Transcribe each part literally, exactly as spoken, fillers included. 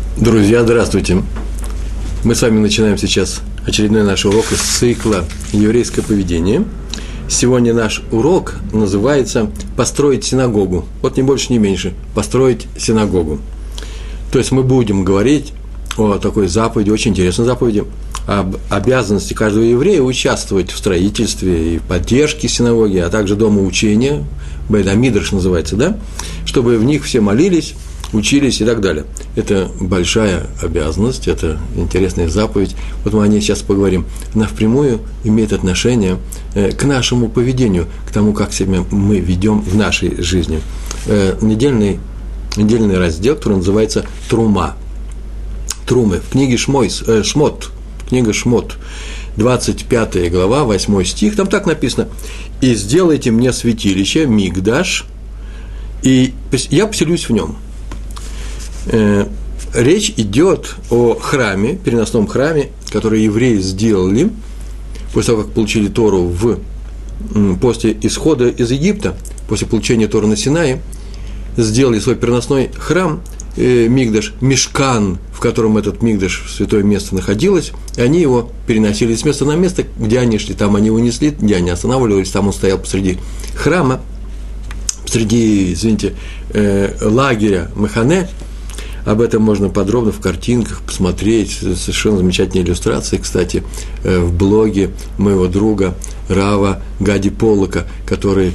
Друзья, здравствуйте! Мы с вами начинаем сейчас очередной наш урок из цикла «Еврейское поведение». Сегодня наш урок называется «Построить синагогу». Вот ни больше, ни меньше. «Построить синагогу». То есть мы будем говорить о такой заповеди, очень интересной заповеди, об обязанности каждого еврея участвовать в строительстве и поддержке синагоги, а также дома учения, бейт-мидраш называется, да, чтобы в них все молились, учились и так далее. Это большая обязанность, это интересная заповедь. Вот мы о ней сейчас поговорим. Она впрямую имеет отношение к нашему поведению, к тому, как себя мы ведем в нашей жизни. Недельный, недельный раздел, который называется «Трума». Трумы. В книге Шмойс, э, Шмот, книга Шмот, двадцать пятая глава, восьмой стих, там так написано: «И сделайте мне святилище, мигдаш, и я поселюсь в нем». Э, речь идет о храме, переносном храме, который евреи сделали после того, как получили Тору в, после исхода из Египта, после получения Торы на Синае, сделали свой переносной храм, Мигдаш, мишкан, в котором этот мигдаш, святое место, находилось, и они его переносили с места на место, где они шли, там они его несли, где они останавливались, там он стоял посреди храма, посреди, извините, лагеря Махане. Об этом можно подробно в картинках посмотреть, совершенно замечательные иллюстрации, кстати, в блоге моего друга Рава Гади Полока, который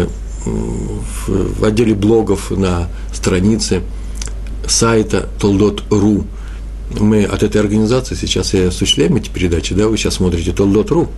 в отделе блогов на странице сайта толдот точка ру. Мы от этой организации сейчас и осуществляем эти передачи, да, вы сейчас смотрите толдот точка ру.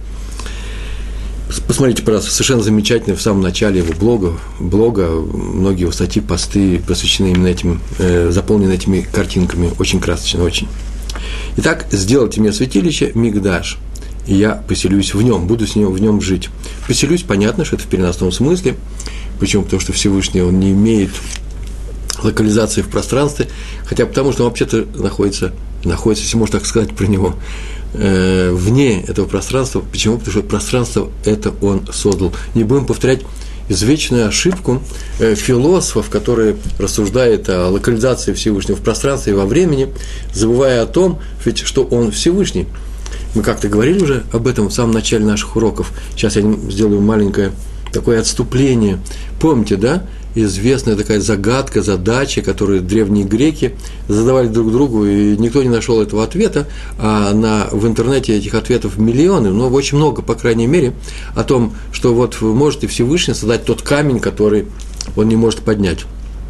Посмотрите, пожалуйста, совершенно замечательно в самом начале его блога, блога многие его статьи, посты посвящены именно этим, э, заполнены этими картинками, очень красочно, очень. Итак, сделайте мне святилище, мигдаш, и я поселюсь в нем, буду с ним, в нем жить. Поселюсь, понятно, что это в переносном смысле. Почему? Потому что Всевышний, он не имеет локализации в пространстве, хотя потому, что он вообще-то находится, находится, если можно так сказать про него, э, вне этого пространства. Почему? Потому что пространство это он создал. Не будем повторять извечную ошибку э, философов, которые рассуждают о локализации Всевышнего в пространстве и во времени, забывая о том, ведь, что он Всевышний. Мы как-то говорили уже об этом в самом начале наших уроков. Сейчас я сделаю маленькое такое отступление. Помните, да? Известная такая загадка, задача, которую древние греки задавали друг другу, и никто не нашел этого ответа, а на, в интернете этих ответов миллионы, но очень много, по крайней мере, о том, что вот может и Всевышний создать тот камень, который он не может поднять.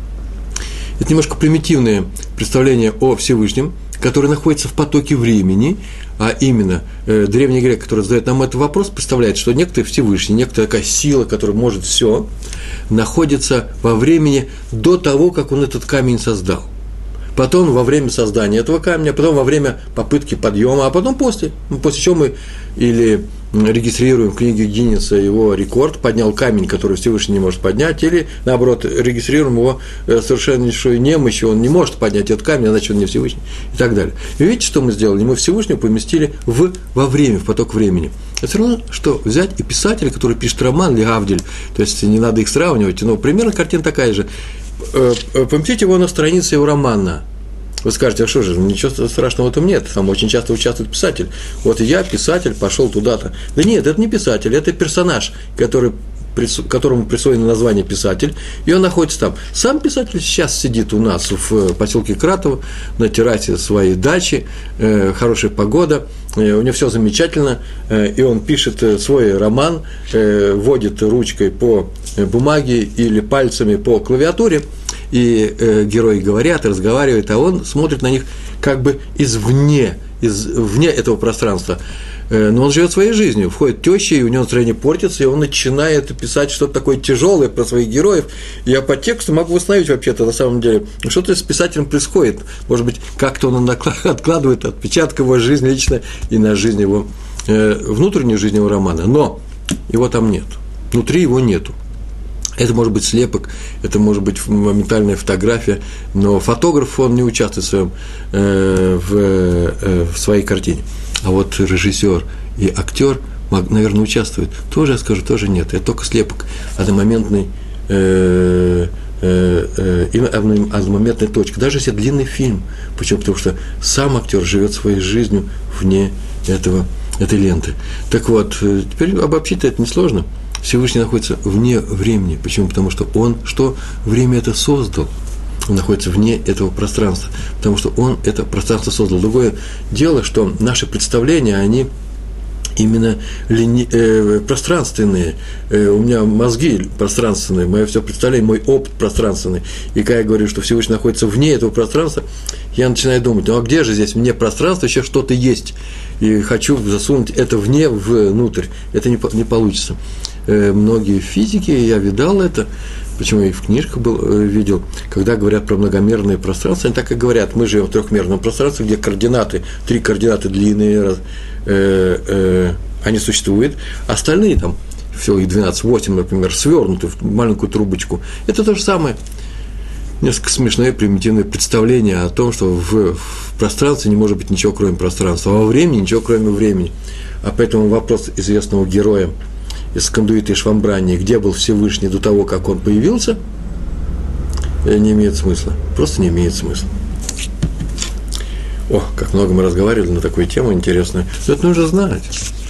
Это немножко примитивное представление о Всевышнем, который находится в потоке времени, а именно э, древний грек, который задает нам этот вопрос, представляет, что некто Всевышний, некто такая сила, которая может все, находится во времени до того, как он этот камень создал. Потом во время создания этого камня, потом во время попытки подъема, а потом после, после чего мы или регистрируем в книге Гиннесса его рекорд, поднял камень, который Всевышний не может поднять, или, наоборот, регистрируем его совершеннейшую немощь, он не может поднять этот камень, иначе он не Всевышний, и так далее. И видите, что мы сделали? Мы Всевышнего поместили в, во время, в поток времени. Это все равно, что взять и писателя, который пишет роман Легавдель, то есть не надо их сравнивать, но примерно картина такая же. Поместите его на странице его романа. Вы скажете, а что же, ничего страшного в этом нет, там очень часто участвует писатель. Вот я, писатель, пошел туда-то. Да нет, это не писатель, это персонаж, который, которому присвоено название писатель, и он находится там. Сам писатель сейчас сидит у нас в поселке Кратово, на террасе своей дачи, э, хорошая погода, э, у него все замечательно, э, и он пишет свой роман, э, водит ручкой по бумаге или пальцами по клавиатуре, и э, герои говорят, разговаривают, а он смотрит на них как бы извне, из, вне этого пространства. Э, но он живет своей жизнью, входит теща, и у него настроение портится, и он начинает писать что-то такое тяжелое про своих героев. Я по тексту могу восстановить вообще-то на самом деле, что-то с писателем происходит. Может быть, как-то он откладывает отпечаток его жизни лично и на жизнь его, э, внутреннюю жизнь его романа. Но его там нет, внутри его нету. Это может быть слепок, это может быть моментальная фотография, но фотограф, он не участвует в, своем, э, в, э, в своей картине. А вот режиссер и актер, наверное, участвуют. Тоже, я скажу, тоже нет. Это только слепок, одномоментный, э, э, э, именно одномоментная точка. Даже если длинный фильм. Почему? Потому что сам актер живет своей жизнью вне этого, этой ленты. Так вот, теперь обобщить это несложно. Всевышний находится вне времени. Почему? Потому что он что? Время это создал. Он находится вне этого пространства. Потому что он это пространство создал. Другое дело, что наши представления, они именно лини... э, пространственные. Э, у меня мозги пространственные, мое все представление, мой опыт пространственный. И когда я говорю, что Всевышний находится вне этого пространства, я начинаю думать, ну а где же здесь вне пространства еще что-то есть? И хочу засунуть это вне, внутрь. Это не, не получится. Э, многие физики, я видал это, почему я и в книжках был, э, видел, когда говорят про многомерное пространство, они так и говорят, мы живем в трехмерном пространстве, где координаты, три координаты длинные, раз, э, э, они существуют, остальные там, всего их двенадцать, восемь, например, свернуты в маленькую трубочку. Это то же самое. Несколько смешное, примитивное представление о том, что в, в пространстве не может быть ничего, кроме пространства, а во времени ничего, кроме времени. А поэтому вопрос известного героя из Кондуита и Швамбрани, где был Всевышний до того, как он появился, не имеет смысла. Просто не имеет смысла. О, как много мы разговаривали на такую тему интересную. Но это нужно знать.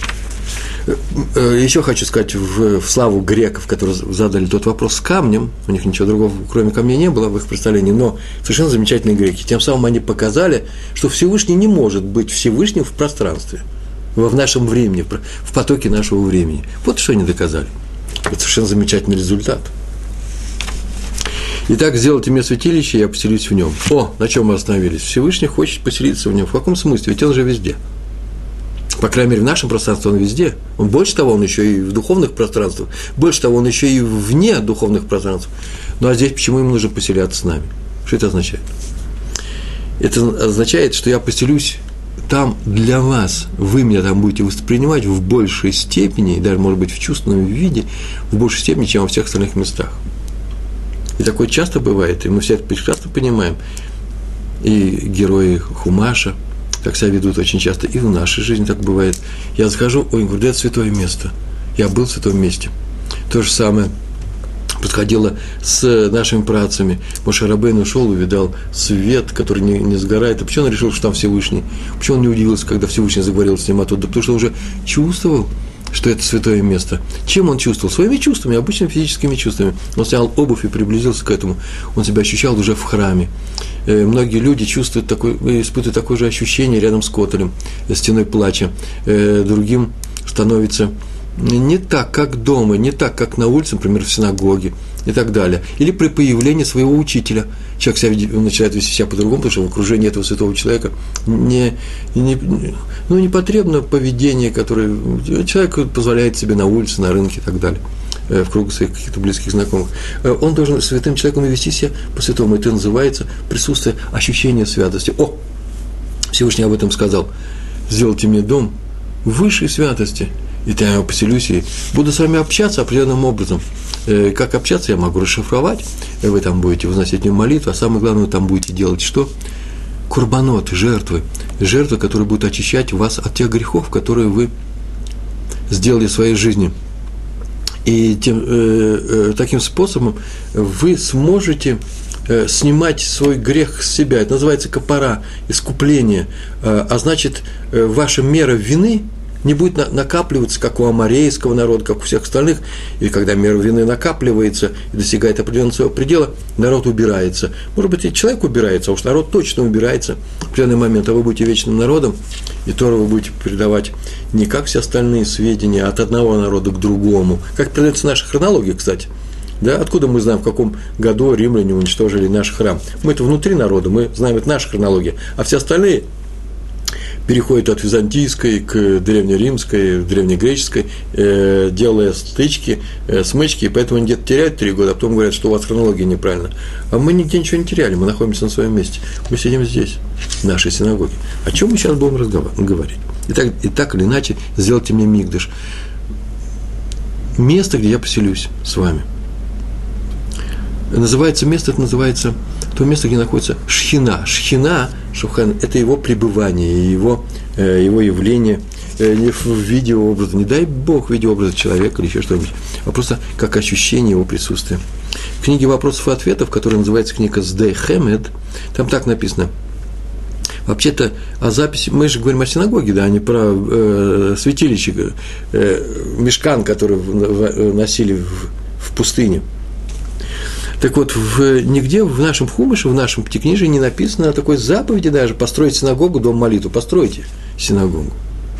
Еще хочу сказать в, в славу греков, которые задали тот вопрос с камнем. У них ничего другого, кроме камней, не было в их представлении. Но совершенно замечательные греки. Тем самым они показали, что Всевышний не может быть Всевышним в пространстве, в нашем времени, в потоке нашего времени. Вот что они доказали. Это совершенно замечательный результат. Итак, сделайте мне святилище, и я поселюсь в нем. О, на чем мы остановились? Всевышний хочет поселиться в нем. В каком смысле? Ведь он же везде. По крайней мере, в нашем пространстве он везде. Он, больше того, он еще и в духовных пространствах. Больше того, он еще и вне духовных пространств. Ну, а здесь почему ему нужно поселяться с нами? Что это означает? Это означает, что я поселюсь там для вас. Вы меня там будете воспринимать в большей степени, даже, может быть, в чувственном виде, в большей степени, чем во всех остальных местах. И такое часто бывает, и мы все это прекрасно понимаем. И герои Хумаша так себя ведут очень часто, и в нашей жизни так бывает. Я захожу, ой, говорю, да это святое место. Я был в святом месте. То же самое подходило с нашими працами. Моше Рабейну ушел, увидал свет, который не, не сгорает. А почему он решил, что там Всевышний? Почему он не удивился, когда Всевышний заговорил с ним оттуда? Да потому что он уже чувствовал, что это святое место. Чем он чувствовал? Своими чувствами, обычными физическими чувствами. Он снял обувь и приблизился к этому. Он себя ощущал уже в храме. Э, многие люди чувствуют такое, испытывают такое же ощущение рядом с Котелем, стеной плача. Э, другим становится не так, как дома, не так, как на улице, например, в синагоге и так далее. Или при появлении своего учителя. Человек себя, начинает вести себя по-другому, потому что в окружении этого святого человека не, не, ну, непотребно поведение, которое человек позволяет себе на улице, на рынке и так далее, в кругу своих каких-то близких знакомых. Он должен святым человеком вести себя по-святому. Это называется присутствие, ощущение святости. О, Всевышний об этом сказал. Сделайте мне дом высшей святости, и я поселюсь и буду с вами общаться определенным образом. Как общаться, я могу расшифровать. Вы там будете возносить мне молитву, а самое главное, вы там будете делать что? Курбанот, жертвы. Жертвы, которые будут очищать вас от тех грехов, которые вы сделали в своей жизни. И тем, э, э, таким способом вы сможете э, снимать свой грех с себя. Это называется капара, искупление. Э, а значит, э, ваша мера вины не будет на, накапливаться, как у аморейского народа, как у всех остальных. И когда мера вины накапливается и достигает определенного своего предела, народ убирается. Может быть, и человек убирается, а уж народ точно убирается в определенный момент, а вы будете вечным народом, и Тору вы будете передавать не как все остальные сведения, а от одного народа к другому. Как передается наша хронология, кстати. Да? Откуда мы знаем, в каком году римляне уничтожили наш храм? Мы это внутри народа, мы знаем, это наша хронология, а все остальные переходит от византийской к древнеримской, древнегреческой, э, делая стычки, э, смычки, и поэтому они где-то теряют три года, а потом говорят, что у вас хронология неправильна. А мы нигде ничего не теряли, мы находимся на своем месте. Мы сидим здесь, в нашей синагоге. О чем мы сейчас будем разговаривать? И так, и так или иначе, сделайте мне микдаш. Место, где я поселюсь с вами. Называется место, это называется то место, где находится шхина. Шхина, шухан, это его пребывание, его, его явление не в виде образа, не дай Бог в виде образа человека или еще что-нибудь, а просто как ощущение его присутствия. В книге «Вопросов и ответов», которая называется книга «Сдей Хемед», там так написано. Вообще-то о записи, мы же говорим о синагоге, да, а не про э, святилище, э, мишкан, который носили в, в пустыне. Так вот, в, нигде в нашем хумыше, в нашем пятикнижии не написано о такой заповеди даже, построить синагогу, дом молитвы, постройте синагогу.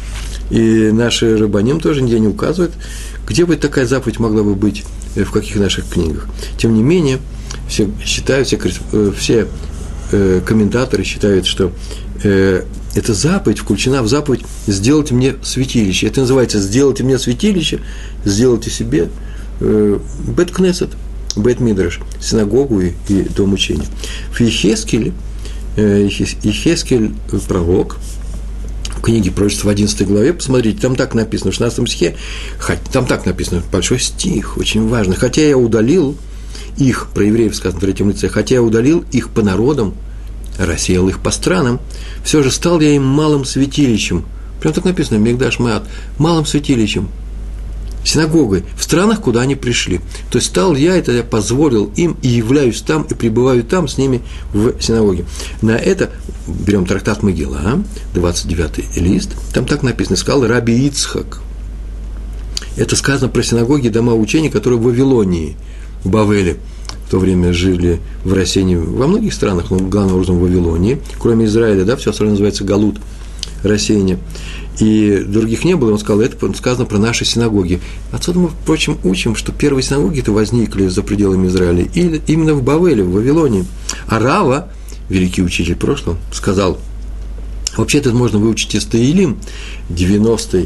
И наши рабаним тоже нигде не указывают, где бы такая заповедь могла бы быть, в каких наших книгах. Тем не менее, все считают, все, все э, комментаторы считают, что э, эта заповедь включена в заповедь «сделайте мне святилище». Это называется «сделайте мне святилище», «сделайте себе э, бет-кнесет», бет-мидраш, синагогу и, и дом учения. В Ехескеле, э, Ехескель пророк, в книге пророчества в одиннадцатой главе, посмотрите, там так написано, в шестнадцатом стихе, там так написано, большой стих, очень важный. «Хотя я удалил их», про евреев сказано в третьем лице, «хотя я удалил их по народам, рассеял их по странам, все же стал я им малым святилищем». Прям так написано, Мигдаш Меат, малым святилищем, синагогой, в странах, куда они пришли. То есть стал я, это я позволил им, и являюсь там, и пребываю там с ними в синагоге. На это берем трактат Мегилла, двадцать девятый лист, там так написано, сказал Раби Ицхак. Это сказано про синагоги и дома учения, которые в Вавилонии, в Бавеле, в то время жили в рассеянии во многих странах, но главным образом в Вавилонии, кроме Израиля, да, все остальное называется галут, рассеяние. И других не было, он сказал, это сказано про наши синагоги. Отсюда мы, впрочем, учим, что первые синагоги-то возникли за пределами Израиля, и именно в Бавеле, в Вавилонии. А Рава, великий учитель прошлого, сказал, вообще-то это можно выучить из Таилим, девяностая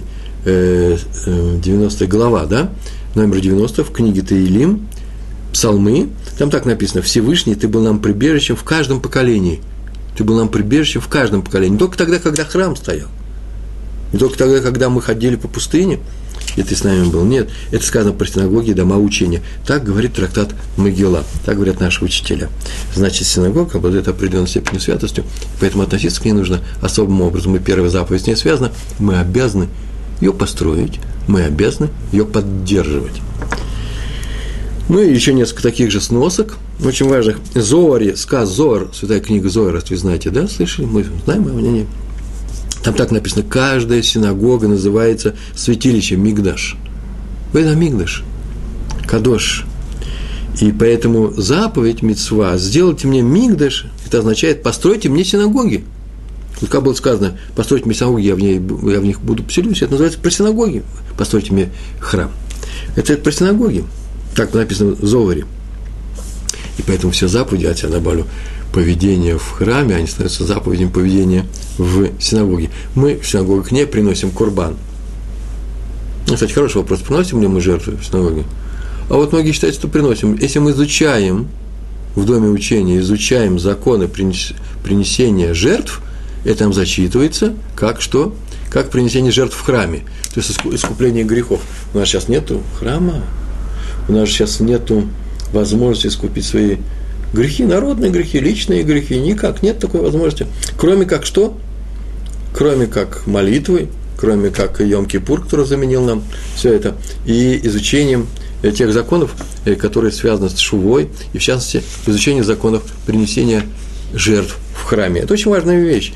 глава, да, номер девяносто в книге Таилим, Псалмы, там так написано, Всевышний, ты был нам прибежищем в каждом поколении. Ты был нам прибежищем в каждом поколении. Не только тогда, когда храм стоял. Не только тогда, когда мы ходили по пустыне, и ты с нами был. Нет, это сказано про синагоги и дома учения. Так говорит трактат Мегилла. Так говорят наши учителя. Значит, синагога обладает определенной степенью святостью, поэтому относиться к ней нужно особым образом. И первая заповедь с ней связана. Мы обязаны ее построить, мы обязаны ее поддерживать. Ну и еще несколько таких же сносок, очень важных. Зоаре, сказ Зоар, святая книга Зоара, вы знаете, да, слышали? Мы знаем мое мнение. Там так написано, каждая синагога называется святилищем Мигдаш. Это Мигдаш, Кадош. И поэтому заповедь мицва «сделайте мне Мигдаш», это означает «постройте мне синагоги». Вот как было сказано, постройте мне синагоги, я в, ней, я в них буду поселюсь, это называется про синагоги, постройте мне храм. Это, это про синагоги. Так написано в Зоаре. И поэтому все заповеди, я тебя добавлю, поведение в храме, они становятся заповедями поведения в синагоге. Мы в синагогах не приносим курбан. Ну, кстати, хороший вопрос, приносим ли мы жертвы в синагоге? А вот многие считают, что приносим. Если мы изучаем в доме учения, изучаем законы принесения жертв, это нам зачитывается как что? Как принесение жертв в храме. То есть искупление грехов. У нас сейчас нету храма. У нас сейчас нету возможности искупить свои грехи, народные грехи, личные грехи, никак, нет такой возможности. Кроме как что? Кроме как молитвы, кроме как Йом-Кипур, который заменил нам все это, и изучением тех законов, которые связаны с шувой, и в частности, изучением законов принесения жертв в храме. Это очень важная вещь.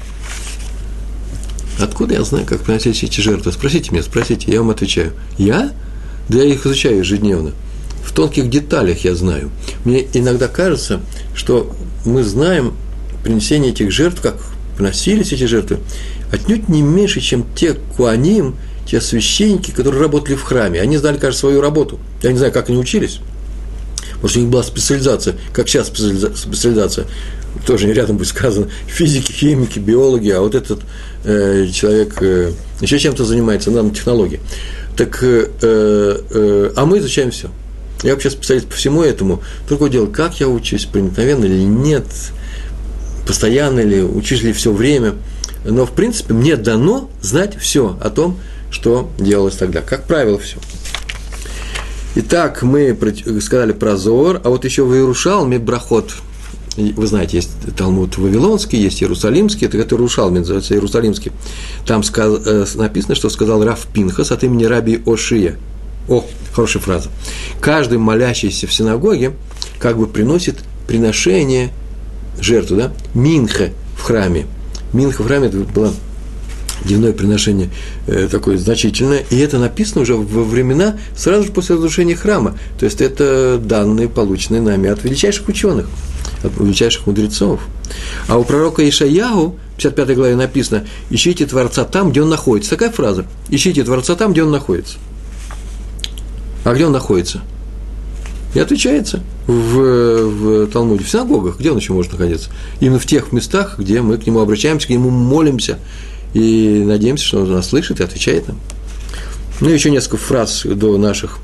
Откуда я знаю, как приносить эти жертвы? Спросите меня, спросите, я вам отвечаю. Я? Да я их изучаю ежедневно. В тонких деталях я знаю. Мне иногда кажется, что мы знаем принесение этих жертв, как приносились эти жертвы, отнюдь не меньше, чем те куаним, те священники, которые работали в храме. Они знали, кажется, свою работу. Я не знаю, как они учились. Может, у них была специализация, как сейчас специализация. Тоже рядом будет сказано, физики, химики, биологи, а вот этот э, человек э, еще чем-то занимается, нанотехнологией. Так, э, э, а мы изучаем все. Я вообще специалист по всему этому. Другое дело, как я учусь, проникновенно или нет, постоянно ли, учусь ли все время. Но, в принципе, мне дано знать все о том, что делалось тогда. Как правило, все. Итак, мы сказали про Зоар, а вот еще в Иерушалме брахот. вы знаете, есть Талмуд Вавилонский, есть Иерусалимский, это который Рушалми называется Иерусалимский. Там сказ, э, написано, что сказал Рав Пинхас от имени раби Ошия. О, хорошая фраза. Каждый молящийся в синагоге как бы приносит приношение, жертву, да, минха в храме. Минха в храме – это было дневное приношение э, такое значительное, и это написано уже во времена сразу же после разрушения храма. То есть это данные, полученные нами от величайших ученых, от величайших мудрецов. А у пророка Ишаяху в пятьдесят пятой главе написано: «Ищите Творца там, где Он находится». Такая фраза: «Ищите Творца там, где Он находится». А где Он находится? И отвечается в, в Талмуде, в синагогах. Где Он еще может находиться? Именно в тех местах, где мы к Нему обращаемся, к Нему молимся, и надеемся, что Он нас слышит и отвечает нам. Ну, и еще несколько фраз до наших,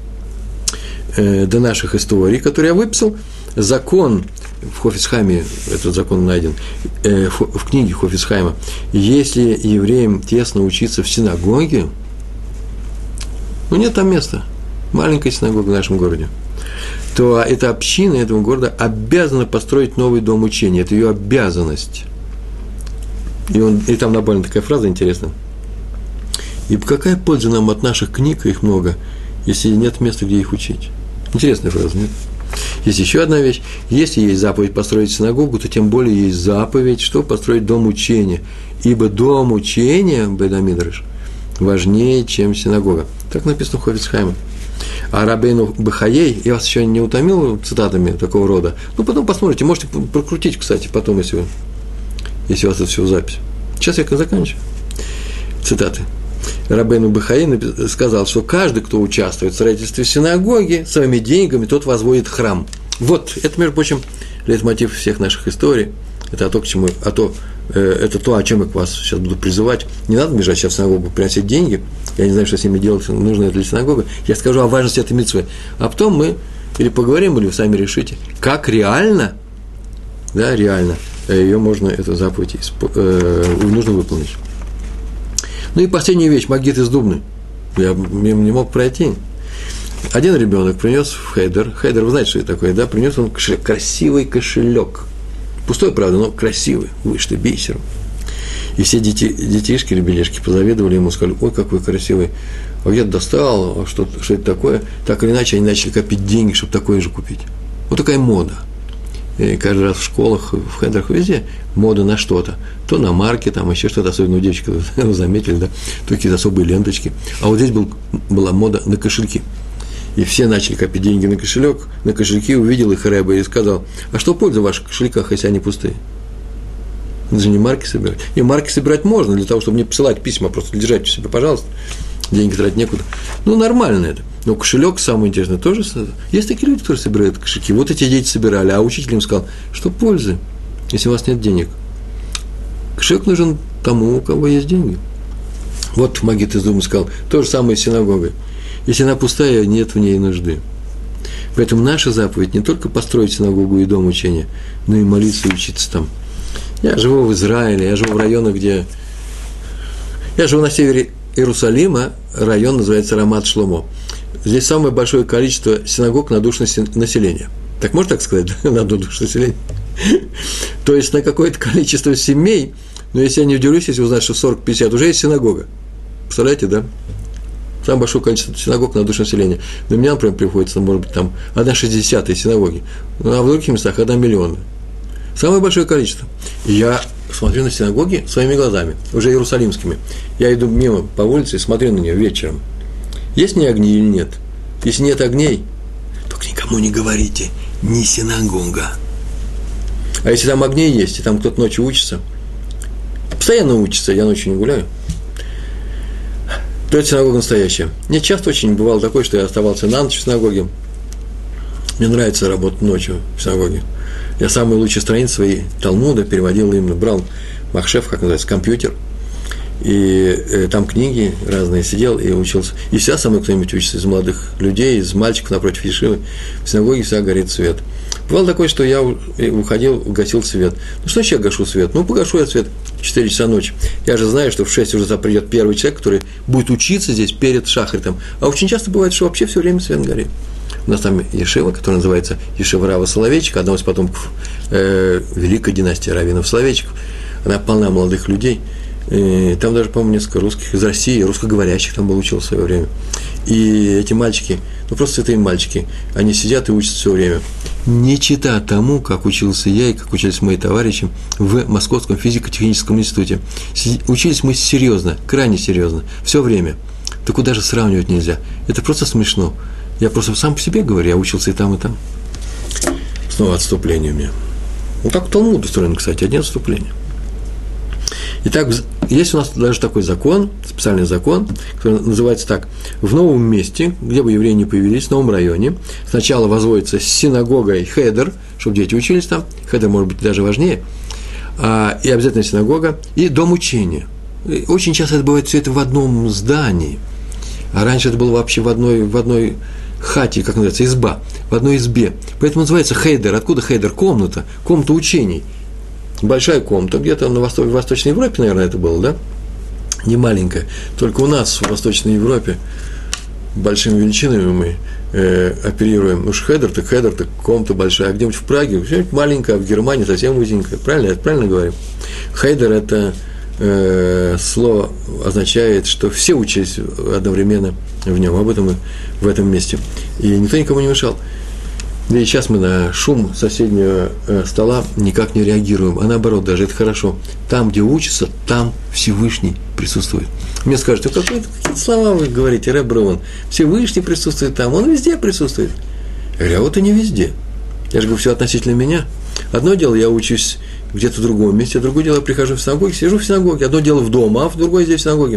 э, до наших историй, которые я выписал. Закон, в Хофец Хайме этот закон найден, э, в, в книге Хофец Хайма: если евреям тесно учиться в синагоге, ну, нет там места, маленькая синагога в нашем городе, то эта община этого города обязана построить новый дом учения. Это ее обязанность. И, он, и там добавлена такая фраза интересная: «Ибо какая польза нам от наших книг, их много, если нет места, где их учить?» Интересная фраза, нет? Есть еще одна вещь. Если есть заповедь построить синагогу, то тем более есть заповедь, что построить дом учения. Ибо дом учения, Бейт Мидраш, важнее, чем синагога. Так написано в Хофец Хайме. А Рабейну Бахаей, я вас еще не утомил цитатами такого рода, ну, потом посмотрите, можете прокрутить, кстати, потом, если вы, если у вас это все в запись. Сейчас я заканчиваю. Цитаты. Рабейну Бахаей сказал, что каждый, кто участвует в строительстве синагоги, своими деньгами, тот возводит храм. Вот, это, между прочим, лейтмотив всех наших историй. Это то, к чему, а то, э, это то, о чем я к вас сейчас буду призывать. Не надо бежать сейчас в синагогу, приносить деньги. Я не знаю, что с ними делать, нужно это для синагоги. Я скажу о важности этой мицвы. А потом мы или поговорим, или вы сами решите, как реально, да, реально, ее можно, эту заповедь, э, нужно выполнить. Ну и последняя вещь, магит из Дубны. Я мимо не мог пройти. Один ребенок принес в хейдер. Хейдер, вы знаете, что это такое, да? Принес он кошелек, красивый кошелек. Пустой, правда, но красивый, вышитый бисером. И все дети, детишки, ребятишки позавидовали ему, сказали: ой, какой красивый. А где-то достал, а что, что это такое? Так или иначе, они начали копить деньги, чтобы такое же купить. Вот такая мода. И каждый раз в школах, в хедрах, везде мода на что-то. То на марке, там еще что-то, особенно у девочек, вы заметили, да, то какие-то особые ленточки. А вот здесь был, была мода на кошельки. И все начали копить деньги на кошелек, на кошельки, увидел их Рэбе и сказал: а что польза в ваших кошельках, если они пустые? Это же не марки собирать. И марки собирать можно для того, чтобы не посылать письма, просто держать себе, пожалуйста. Деньги тратить некуда. Ну, нормально это. Но кошелек, самое интересное, тоже. Есть такие люди, которые собирают кошельки. Вот эти дети собирали, а учитель им сказал: что пользы, если у вас нет денег? Кошелек нужен тому, у кого есть деньги. Вот Магит из Думы сказал: то же самое с синагогой. Если она пустая, нет в ней нужды. Поэтому наша заповедь не только построить синагогу и дом учения, но и молиться и учиться там. Я живу в Израиле, я живу в районах, где... Я живу на севере Иерусалима, район называется Рамат Шломо. Здесь самое большое количество синагог на душу населения. Так можно так сказать, на душу населения? То есть на какое-то количество семей, но если я не удивлюсь, если узнать, что сорок-пятьдесят, уже есть синагога. Представляете, да? Самое большое количество синагог на душу населения. До меня, например, приходится, может быть, там одна шестидесятая синагоги, а в других местах одна миллиона. Самое большое количество. И я смотрю на синагоги своими глазами, уже иерусалимскими. Я иду мимо по улице и смотрю на нее вечером. Есть ли огни или нет? Если нет огней, только никому не говорите, не синагога. А если там огни есть, и там кто-то ночью учится, постоянно учится, я ночью не гуляю, то это синагога настоящая. Мне часто очень бывало такое, что я оставался на ночь в синагоге. Мне нравится работать ночью в синагоге. Я самые лучшие страницы свои Талмуда переводил именно, брал махшеф, как называется, компьютер, и э, там книги разные, сидел и учился. И всегда со мной кто-нибудь учится из молодых людей, из мальчиков напротив ешивы. В синагоге всегда горит свет. Бывало такое, что я уходил, гасил свет. Ну, что еще я гашу свет? Ну, погашу я свет в четыре часа ночи. Я же знаю, что в шесть уже придет первый человек, который будет учиться здесь перед шахритом. А очень часто бывает, что вообще все время свет горит. У нас там ешива, которая называется Ешива Рава Соловейчика, одного из потомков э, великой династии раввинов Соловейчиков. Она полна молодых людей. И там даже, по-моему, несколько русских из России, русскоговорящих там был, учил в свое время. И эти мальчики, ну просто святые мальчики, они сидят и учатся все время. Не чита тому, как учился я и как учились мои товарищи в Московском физико-техническом институте. Учились мы серьезно, крайне серьезно, все время. Да куда же сравнивать нельзя. Это просто смешно. Я просто сам по себе говорю, я учился и там, и там. Снова отступление у меня. Ну, так Талмуд устроен, кстати, одни отступления. Итак, есть у нас даже такой закон, специальный закон, который называется так. В новом месте, где бы евреи не появились, в новом районе, сначала возводится синагога и хедер, чтобы дети учились там, хедер может быть даже важнее, и обязательно синагога, и дом учения. И очень часто это бывает все это в одном здании, а раньше это было вообще в одной, в одной хате, как называется, изба, в одной избе. Поэтому называется хейдер. Откуда хейдер? Комната, комната учений. Большая комната, где-то на Восток, в Восточной Европе, наверное, это было, да? Не маленькая. Только у нас в Восточной Европе большими величинами мы э, оперируем. Уж хедер, так хедер, так комната большая. А где-нибудь в Праге, где-нибудь маленькая, а в Германии совсем узенькая. Правильно? Я правильно говорю? Хейдер – это э, слово означает, что все учились одновременно в нем, об этом и в этом месте. И никто никому не мешал. Да и сейчас мы на шум соседнего стола никак не реагируем, а наоборот, даже это хорошо. Там, где учатся, там Всевышний присутствует. Мне скажут, ну какие-то слова вы говорите, Реб Рован, Всевышний присутствует там, он везде присутствует. Я говорю, а вот и не везде. Я же говорю, все относительно меня. Одно дело, я учусь где-то в другом месте, а другое дело, я прихожу в синагогу, сижу в синагоге. Одно дело в дома, а другое здесь в синагоге.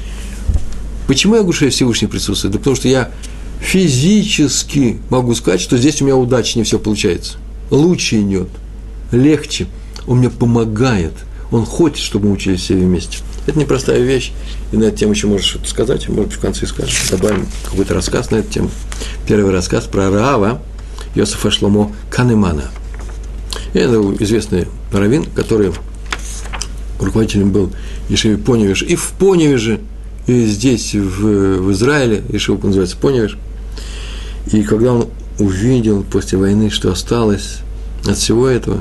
Почему я говорю, что Всевышний присутствует? Да потому что я физически могу сказать, что здесь у меня удачнее все получается. Лучше идет, легче. Он мне помогает. Он хочет, чтобы мы учились все вместе. Это непростая вещь. И на эту тему еще можешь что-то сказать. Может быть, в конце скажешь. Добавим какой-то рассказ на эту тему. Первый рассказ про Раава Йосефа Шломо Канемана. Это известный раввин, который руководителем был ешивы Поневиш. И в Поневиже, и здесь, в, в Израиле, ешива называется Поневиш. И когда он увидел после войны, что осталось от всего этого,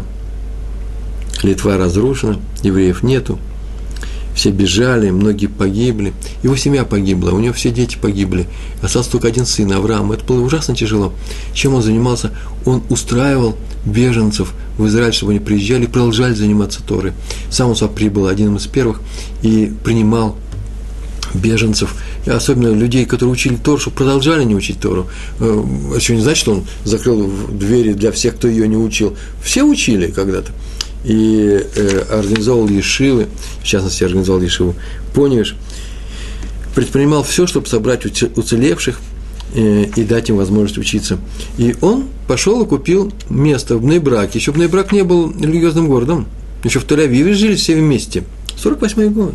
Литва разрушена, евреев нету, все бежали, многие погибли, его семья погибла, у него все дети погибли, остался только один сын, Авраам. Это было ужасно тяжело. Чем он занимался? Он устраивал беженцев в Израиль, чтобы они приезжали и продолжали заниматься Торой. Сам он сам прибыл одним из первых и принимал беженцев, особенно людей, которые учили Тору, чтобы продолжали не учить Тору. Это еще не значит, что он закрыл двери для всех, кто ее не учил. Все учили когда-то. И э, организовал ешивы, в частности, организовал ешиву Поневиш, предпринимал все, чтобы собрать уцелевших э, и дать им возможность учиться. И он пошел и купил место в Бней-Браке. Еще Бней-Брак не был религиозным городом. Еще в Тель-Авиве жили все вместе. сорок восьмой год.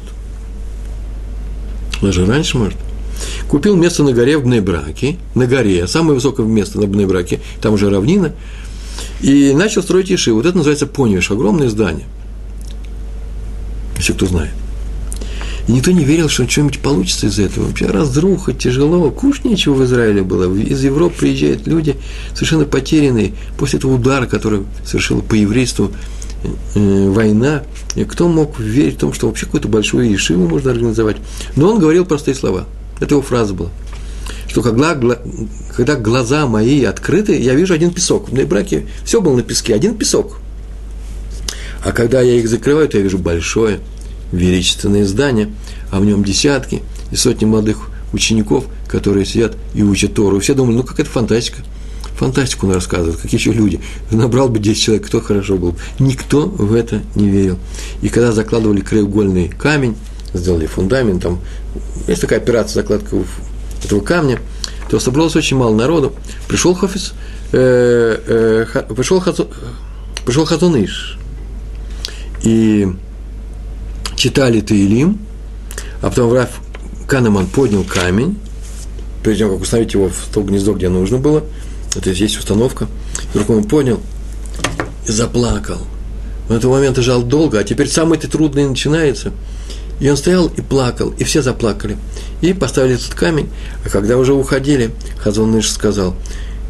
Даже раньше, может. Купил место на горе в Бней-Браке, на горе, самое высокое место на Бней-Браке, там уже равнина, и начал строить ешиву. Вот это называется Поневиш, огромное здание, если кто знает. И никто не верил, что что-нибудь получится из этого. Вообще разруха, тяжело, кушать нечего в Израиле было. Из Европы приезжают люди совершенно потерянные после этого удара, который совершила по еврейству э, война. И кто мог верить в том, что вообще какую-то большую ешиву можно организовать? Но он говорил простые слова. Это его фраза была. Что когда, когда глаза мои открыты, я вижу один песок. В Бней-Браке все было на песке, один песок. А когда я их закрываю, то я вижу большое, величественное здание, а в нем десятки и сотни молодых учеников, которые сидят и учат Тору. И все думали, ну, какая-то фантастика. Фантастику он рассказывает, какие еще люди. Набрал бы десять человек, кто хорошо был. Никто в это не верил. И когда закладывали краеугольный камень, сделали фундамент, там есть такая операция закладка этого камня, то собралось очень мало народу. Пришел Хафиз, э, э, пришел, Хазу, пришел Хазон Иш, и читали Теилим, а потом Рав Канеман поднял камень, перед тем, как установить его в то гнездо, где нужно было. Это есть установка. Вдруг он понял и заплакал. В этот момент жал долго, а теперь самый-то трудный начинается. И он стоял и плакал, и все заплакали. И поставили этот камень, а когда уже уходили, Хазон Иш сказал: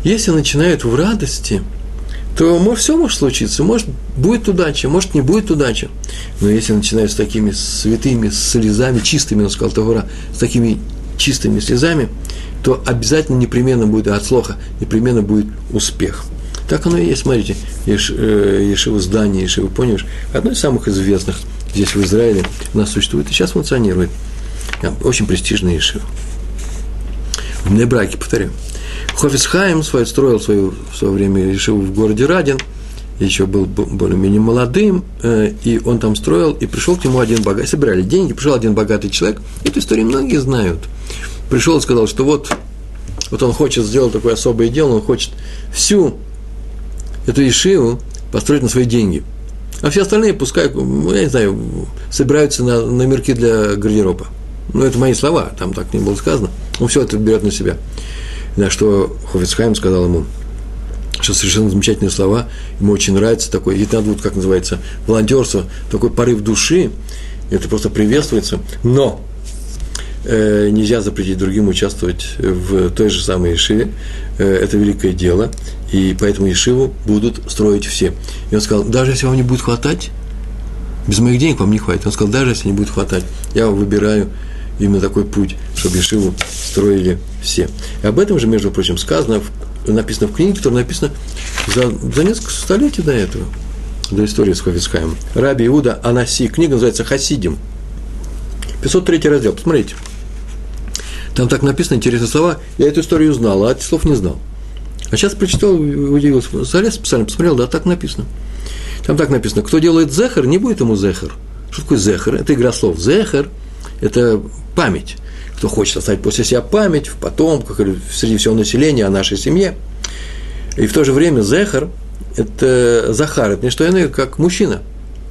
Если начинают в радости, то может, все может случиться, может, будет удача, может, не будет удача. Но если начинают с такими святыми слезами, чистыми, он сказал Тавара, с такими чистыми слезами, то обязательно непременно будет от слоха, непременно будет успех. Так оно и есть, смотрите, Еш, э, Ешива здание, Ешива Поневиш, одно из самых известных здесь в Израиле у нас существует и сейчас функционирует. Очень престижная Ешива. В Небраке, повторяю. Хофец Хаим свой, строил свою, в свое время Ешиву в городе Радин, еще был более-менее молодым, э, и он там строил, и пришел к нему один богатый, собирали деньги, пришел один богатый человек, эту историю многие знают. Пришел и сказал, что вот, вот он хочет сделать такое особое дело, он хочет всю эту ешиву построить на свои деньги. А все остальные пускай, я не знаю, собираются на номерки для гардероба. Ну, это мои слова, там так не было сказано. Он все это берет на себя. На что Хофец Хаим сказал ему, что совершенно замечательные слова, ему очень нравится такой, и надо, вот, как называется, волонтерство, такой порыв души, это просто приветствуется, но э, нельзя запретить другим участвовать в той же самой ешиве, э, это великое дело, и поэтому ешиву будут строить все. И он сказал, даже если вам не будет хватать, без моих денег вам не хватит, он сказал, даже если не будет хватать, я выбираю именно такой путь, чтобы ешиву строили все. И об этом же, между прочим, сказано, написано в книге, которая написана за, за несколько столетий до этого, до истории с Хофец Хаимом. Раби Иуда Анаси, книга называется «Хасидим», пятьсот третий раздел, посмотрите. Там так написано, интересные слова, я эту историю знал, а этих слов не знал. А сейчас прочитал, удивился, залез специально, посмотрел, да, так написано. Там так написано, кто делает зехер, не будет ему зехер. Что такое зехер? Это игра слов. Зехер – это память. Кто хочет оставить после себя память в потомках или среди всего населения о нашей семье. И в то же время зехер – это захар, это не что иное, как мужчина.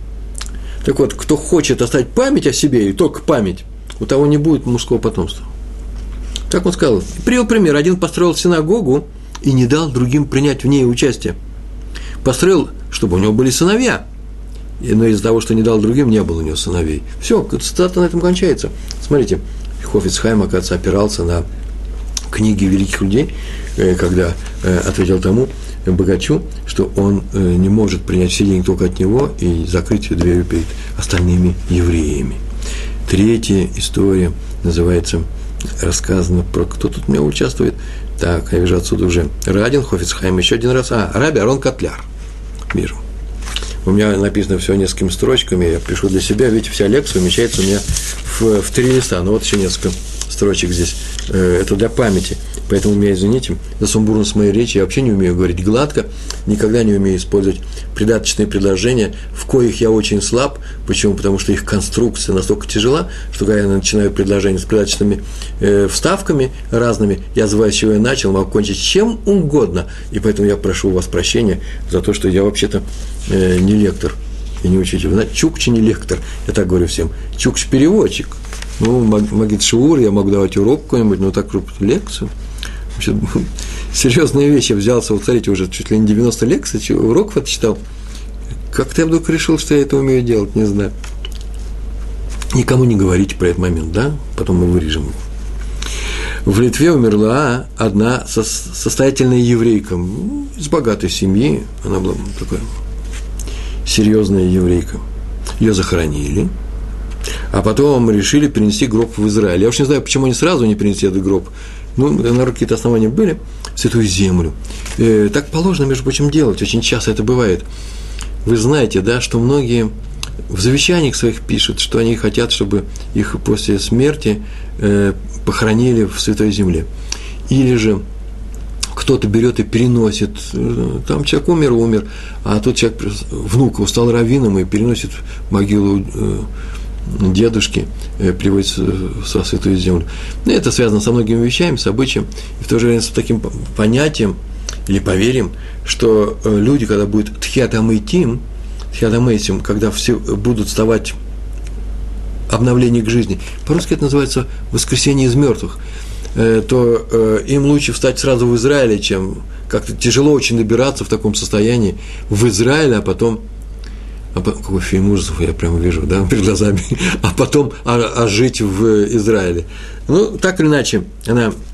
Так вот, кто хочет оставить память о себе, и только память, у того не будет мужского потомства. Так он сказал. Привел пример. Один построил синагогу и не дал другим принять в ней участие. Построил, чтобы у него были сыновья. Но из-за того, что не дал другим, не было у него сыновей. Все, цитата на этом кончается. Смотрите, Хофец Хаим, оказывается, опирался на книги великих людей, когда ответил тому богачу, что он не может принять все деньги только от него и закрыть дверь перед остальными евреями. Третья история называется, рассказано про, кто тут у меня участвует. Так, я вижу отсюда уже Радин, Хофец Хаим, еще один раз. А, Раби Арон Котляр. Вижу. У меня написано все несколькими строчками, я пишу для себя, видите, вся лекция умещается у меня в, в три листа, ну вот еще несколько строчек здесь, это для памяти, поэтому меня извините за сумбурность моей речи, я вообще не умею говорить гладко, никогда не умею использовать придаточные предложения, в коих я очень слаб, почему? Потому что их конструкция настолько тяжела, что когда я начинаю предложение с придаточными э, вставками разными, я забываю, с чего я начал, могу кончить чем угодно, и поэтому я прошу у вас прощения за то, что я вообще-то э, не лектор и не учитель. Вы знаете, Чукчи не лектор, я так говорю всем, Чукчи переводчик. Ну, магит шиур, я могу давать урок какой-нибудь, но так лекцию. Вообще, серьезные вещи взялся, вот смотрите, уже чуть ли не девяносто лекций, уроков отчитал. Как-то я вдруг решил, что я это умею делать, не знаю. Никому не говорите про этот момент, да? Потом мы вырежем его. В Литве умерла одна состоятельная еврейка из богатой семьи, она была такая серьезная еврейка. Ее захоронили. А потом решили перенести гроб в Израиль. Я уж не знаю, почему они сразу не перенесли этот гроб. Ну, наверное, какие-то основания были. В Святую Землю. Э, так положено, между прочим, делать. Очень часто это бывает. Вы знаете, да, что многие в завещаниях своих пишут, что они хотят, чтобы их после смерти э, похоронили в Святой Земле. Или же кто-то берет и переносит, там человек умер, умер, а тот человек, внук его стал раввином и переносит могилу э, дедушки, э, приводит со Святую Землю. И это связано со многими вещами, с обычаем, и в то же время с таким понятием или поверьем, что люди, когда будет тхиат амейтим, тхиат амейтим, когда все будут вставать обновление к жизни, по-русски это называется воскресение из мертвых, то э, им лучше встать сразу в Израиле, чем как-то тяжело очень добираться в таком состоянии в Израиле, а потом, а потом какой фильм ужасов я прямо вижу, да, перед глазами, а потом а, а жить в Израиле. Ну, так или иначе, она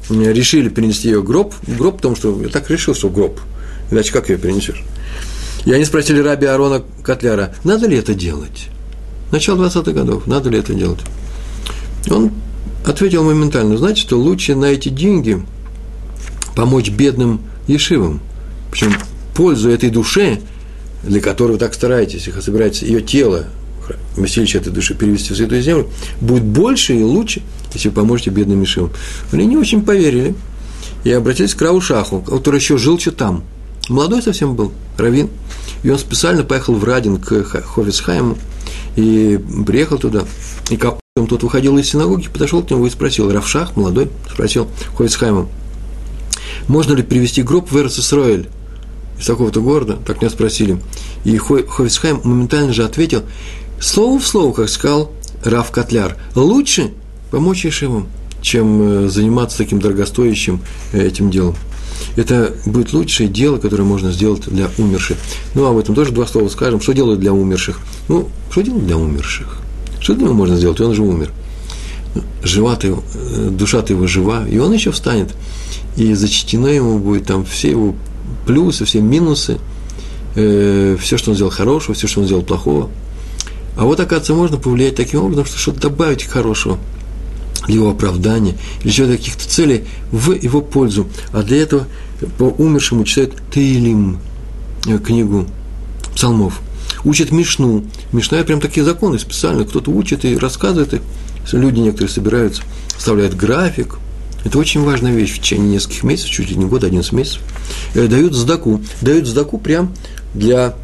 решили перенести ее в гроб, в гроб, потому что я так решил, что в гроб, иначе как ее перенесешь? И они спросили раби Аарона Котляра, надо ли это делать? Начало двадцатых годов, надо ли это делать? Он ответил моментально, знаете, что лучше на эти деньги помочь бедным ешивам, причем пользу этой душе, для которой вы так стараетесь, их собираетесь, ее тело, вместилище этой души перевести в Святую Землю, будет больше и лучше, если вы поможете бедным ешивам. Они не очень поверили и обратились к Раву Шаху, который еще жил что там. Молодой совсем был, раввин, и он специально поехал в Радин к Хофец Хаиму и приехал туда. И как он тут выходил из синагоги, подошел к нему и спросил, Рав Шах, молодой, спросил Хофец Хаиму, можно ли привезти гроб в Эрец-Исроэль из такого-то города? Так меня спросили. И Хофец Хаим моментально же ответил, слово в слово, как сказал Рав Котляр, лучше помочь ешивам, чем заниматься таким дорогостоящим этим делом. Это будет лучшее дело, которое можно сделать для умерших. Ну, об этом тоже два слова скажем. Что делают для умерших? Ну, что делать для умерших? Что для него можно сделать? Он же умер. Жива-то, душа-то его жива, и он еще встанет. И зачтено ему будет там все его плюсы, все минусы, э, все, что он сделал хорошего, все, что он сделал плохого. А вот, оказывается, можно повлиять таким образом, что что-то добавить хорошего для его оправдания, или чего-то каких-то целей в его пользу. А для этого по умершему читают Теилим, книгу псалмов, учат Мишну. Мишна – прям такие законы специально, кто-то учит и рассказывает, и люди некоторые собираются, вставляют график. Это очень важная вещь в течение нескольких месяцев, чуть ли не года, одиннадцать месяцев. Дают сдаку, дают сдаку прям для,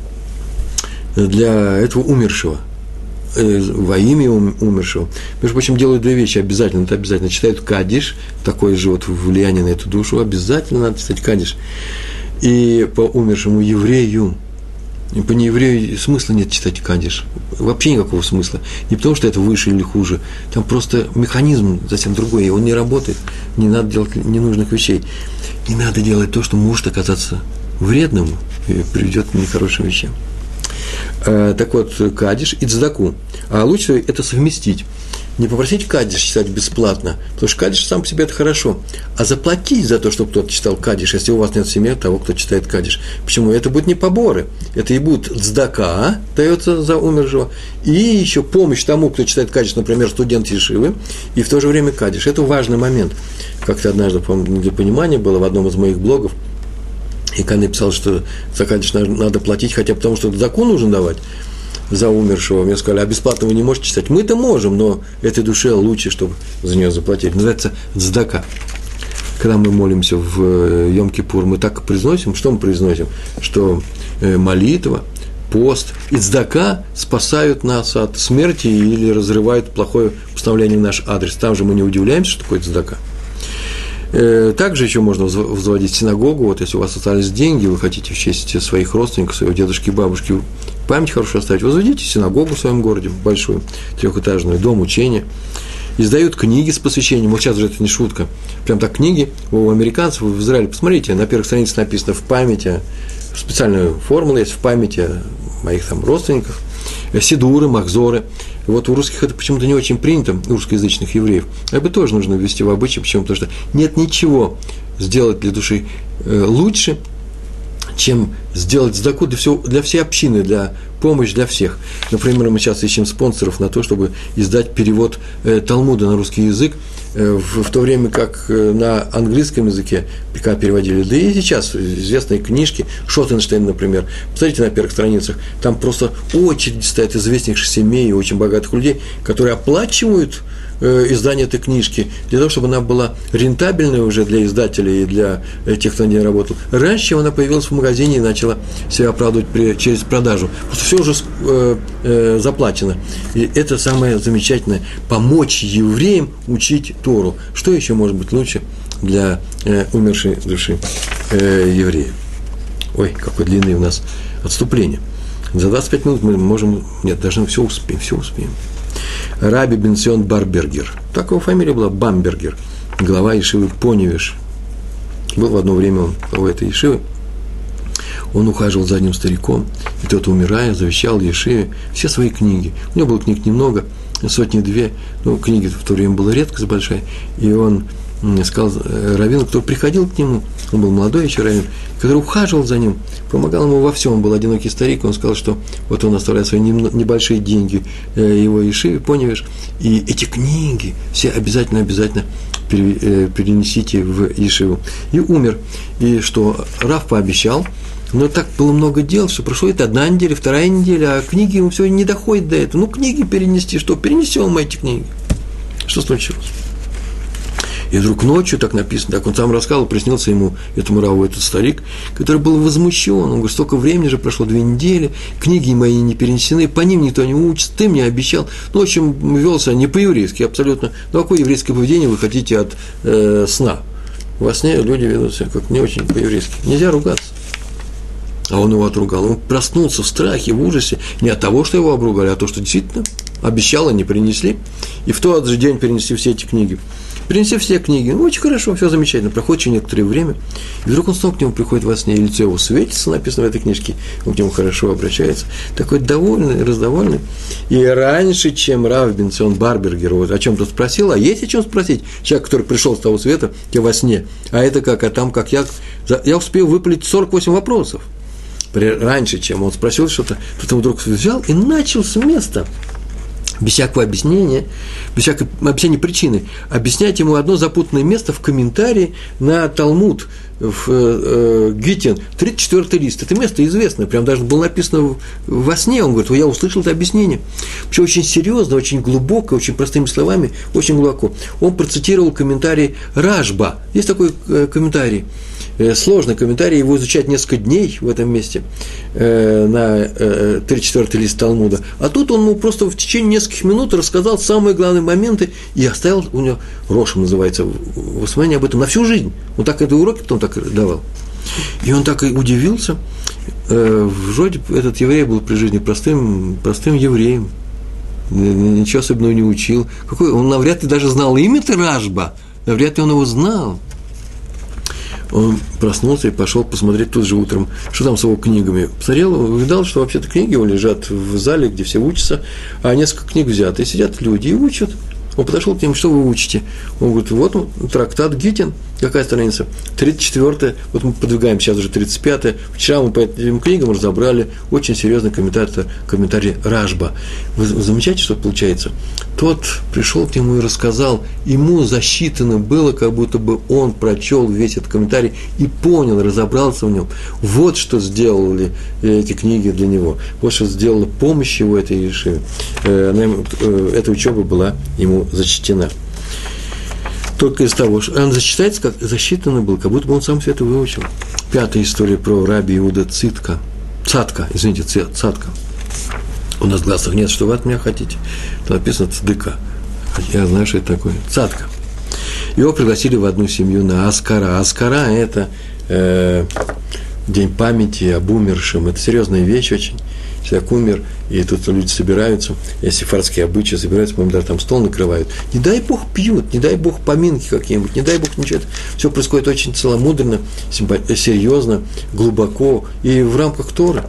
для этого умершего, во имя умершего. Между прочим, делают две вещи обязательно. Это обязательно читают кадиш, такое же вот влияние на эту душу, обязательно надо читать кадиш. И по умершему еврею, и по нееврею смысла нет читать кадиш. Вообще никакого смысла. Не потому, что это выше или хуже. Там просто механизм совсем другой, и он не работает. Не надо делать ненужных вещей. Не надо делать то, что может оказаться вредным и приведет к нехорошим вещам. Так вот, кадиш и цдаку. А лучше это совместить. Не попросить кадиш читать бесплатно, потому что кадиш сам по себе это хорошо, а заплатить за то, чтобы кто-то читал кадиш, если у вас нет в семье того, кто читает кадиш. Почему? Это будут не поборы, это и будет цдака, дается за умершего, и еще помощь тому, кто читает кадиш, например, студент ешивы, и в то же время кадиш. Это важный момент. Как-то однажды, по-моему, для понимания было в одном из моих блогов, и Кан писал, что за кадиш надо платить, хотя потому что закон нужно давать за умершего. Мне сказали, а бесплатно вы не можете читать. Мы-то можем, но этой душе лучше, чтобы за нее заплатить. Называется цдака. Когда мы молимся в Йом-Кипур, мы так произносим, что мы произносим? Что молитва, пост и цдака спасают нас от смерти или разрывают плохое постановление в наш адрес. Там же мы не удивляемся, что такое цдака. Также еще можно возводить синагогу. Вот если у вас остались деньги, вы хотите в честь своих родственников, своего дедушки и бабушки память хорошо оставить, возводите синагогу в своем городе, большую, трехэтажную, дом учения. Издают книги с посвящением. Вот сейчас же это не шутка. Прям так книги у американцев, в Израиле. Посмотрите, на первых страницах написано в памяти, специальная формула есть в памяти о моих там родственниках, сидуры, махзоры. Вот у русских это почему-то не очень принято, у русскоязычных евреев. Это бы тоже нужно ввести в обычай. Почему? Потому что нет ничего сделать для души лучше, чем сделать цдаку для, всего, для всей общины, для помощи для всех. Например, мы сейчас ищем спонсоров на то, чтобы издать перевод э, Талмуда на русский язык, э, в, в то время как э, на английском языке, пока переводили, да и сейчас известные книжки, Шоттенштейн, например, посмотрите на первых страницах, там просто очередь стоят известнейших семей и очень богатых людей, которые оплачивают издание этой книжки, для того, чтобы она была рентабельной уже для издателей и для тех, кто на ней работал, раньше, чем она появилась в магазине и начала себя оправдывать при, через продажу. Потому что все уже э, э, заплачено. И это самое замечательное – помочь евреям учить Тору. Что еще может быть лучше для э, умершей души э, еврея? Ой, какое длинное у нас отступление. За двадцать пять минут мы можем… Нет, даже все успеем, все успеем. Раби Бенцион Барбергер. Так его фамилия была, Бамбергер, глава ешивы Поневиш. Был в одно время он у этой ешивы. Он ухаживал за одним стариком, и тот, умирая, завещал ешиве все свои книги. У него было книг немного, сотни-две, ну, книги в то время была редкость большая, и он сказал раввину, кто приходил к нему, он был молодой еще раввин, который ухаживал за ним, помогал ему во всем, он был одинокий старик, он сказал, что вот он оставляет свои небольшие деньги его ешиве, Поневиш, и эти книги все обязательно-обязательно перенесите в ешиву. И умер, и что Рав пообещал, но так было много дел, что прошло это одна неделя, вторая неделя, а книги ему все не доходит до этого. Ну, книги перенести, что? Перенесем мы эти книги. Что случилось? И вдруг ночью, так написано, так он сам рассказывал, приснился ему, этому Раву, этот старик, который был возмущен. Он говорит, столько времени же прошло, две недели, книги мои не перенесены, по ним никто не учится, ты мне обещал. Ну, в общем, вел себя не по-еврейски абсолютно. Ну, какое еврейское поведение вы хотите от э, сна? Во сне люди ведут себя как не очень по-еврейски. Нельзя ругаться. А он его отругал. Он проснулся в страхе, в ужасе, не от того, что его обругали, а от того, что действительно обещал, они принесли. И в тот же день перенесли все эти книги. Принесли все книги. Ну, очень хорошо, все замечательно. Проходит еще некоторое время. И вдруг он снова к нему приходит во сне, и лицо его светится, написано в этой книжке. Он к нему хорошо обращается. Такой довольный, раздовольный. И раньше, чем Рав Бенцион Барбергер вот о чем-то спросил, а есть о чем спросить? Человек, который пришел с того света, тебе во сне. А это как? А там как? Я, я успел выпалить сорок восемь вопросов. Раньше, чем он спросил что-то, потом вдруг взял и начал с места, без всякого объяснения, без всякой объяснения причины, объяснять ему одно запутанное место в комментарии на Талмуд в э, Гитин, тридцать четвёртый лист. Это место известное, прям даже было написано во сне. Он говорит, я услышал это объяснение. Причем очень серьезно, очень глубоко, очень простыми словами, очень глубоко. Он процитировал комментарий Рашба. Есть такой э, комментарий. Сложный комментарий, его изучать несколько дней в этом месте, э, на э, тридцать четвёртый лист Талмуда. А тут он ему просто в течение нескольких минут рассказал самые главные моменты и оставил, у него Рошем называется, воспоминания об этом на всю жизнь. Он так это уроки потом так давал. И он так и удивился. Э, вроде этот еврей был при жизни простым, простым евреем, ничего особенного не учил. Какой, он навряд ли даже знал имя-то Рашба, навряд ли он его знал. Он проснулся и пошел посмотреть тут же утром, что там с его книгами. Посмотрел, увидал, что вообще-то книги его лежат в зале, где все учатся, а несколько книг взяты, и сидят люди и учат. Он подошел к ним, что вы учите? Он говорит, вот он, трактат Гитин, какая страница? тридцать четвёртая, вот мы подвигаем сейчас уже тридцать пятая. Вчера мы по этим книгам разобрали очень серьезный комментарий, комментарий Рашба. Вы замечаете, что получается? Тот пришел к нему и рассказал, ему засчитано было, как будто бы он прочел весь этот комментарий и понял, разобрался в нем. Вот что сделали эти книги для него, вот что сделала помощь его этой ешиве. Эта учеба была ему зачтена. Только из того, что он засчитается, как засчитано было, как будто бы он сам все это выучил. Пятая история про раби Иуда Цитка. Цатка, извините, Цатка. У нас в глазах нет, что вы от меня хотите. Там написано Цдыка. Я знаю, что это такое. Цатка. Его пригласили в одну семью на Аскара. Аскара – это э, день памяти об умершем. Это серьезная вещь очень. Человек умер, и тут люди собираются, если сефардские обычаи собираются, по-моему, даже там стол накрывают. Не дай Бог пьют, не дай Бог поминки какие-нибудь, не дай Бог ничего. Все происходит очень целомудренно, серьезно, глубоко и в рамках Торы.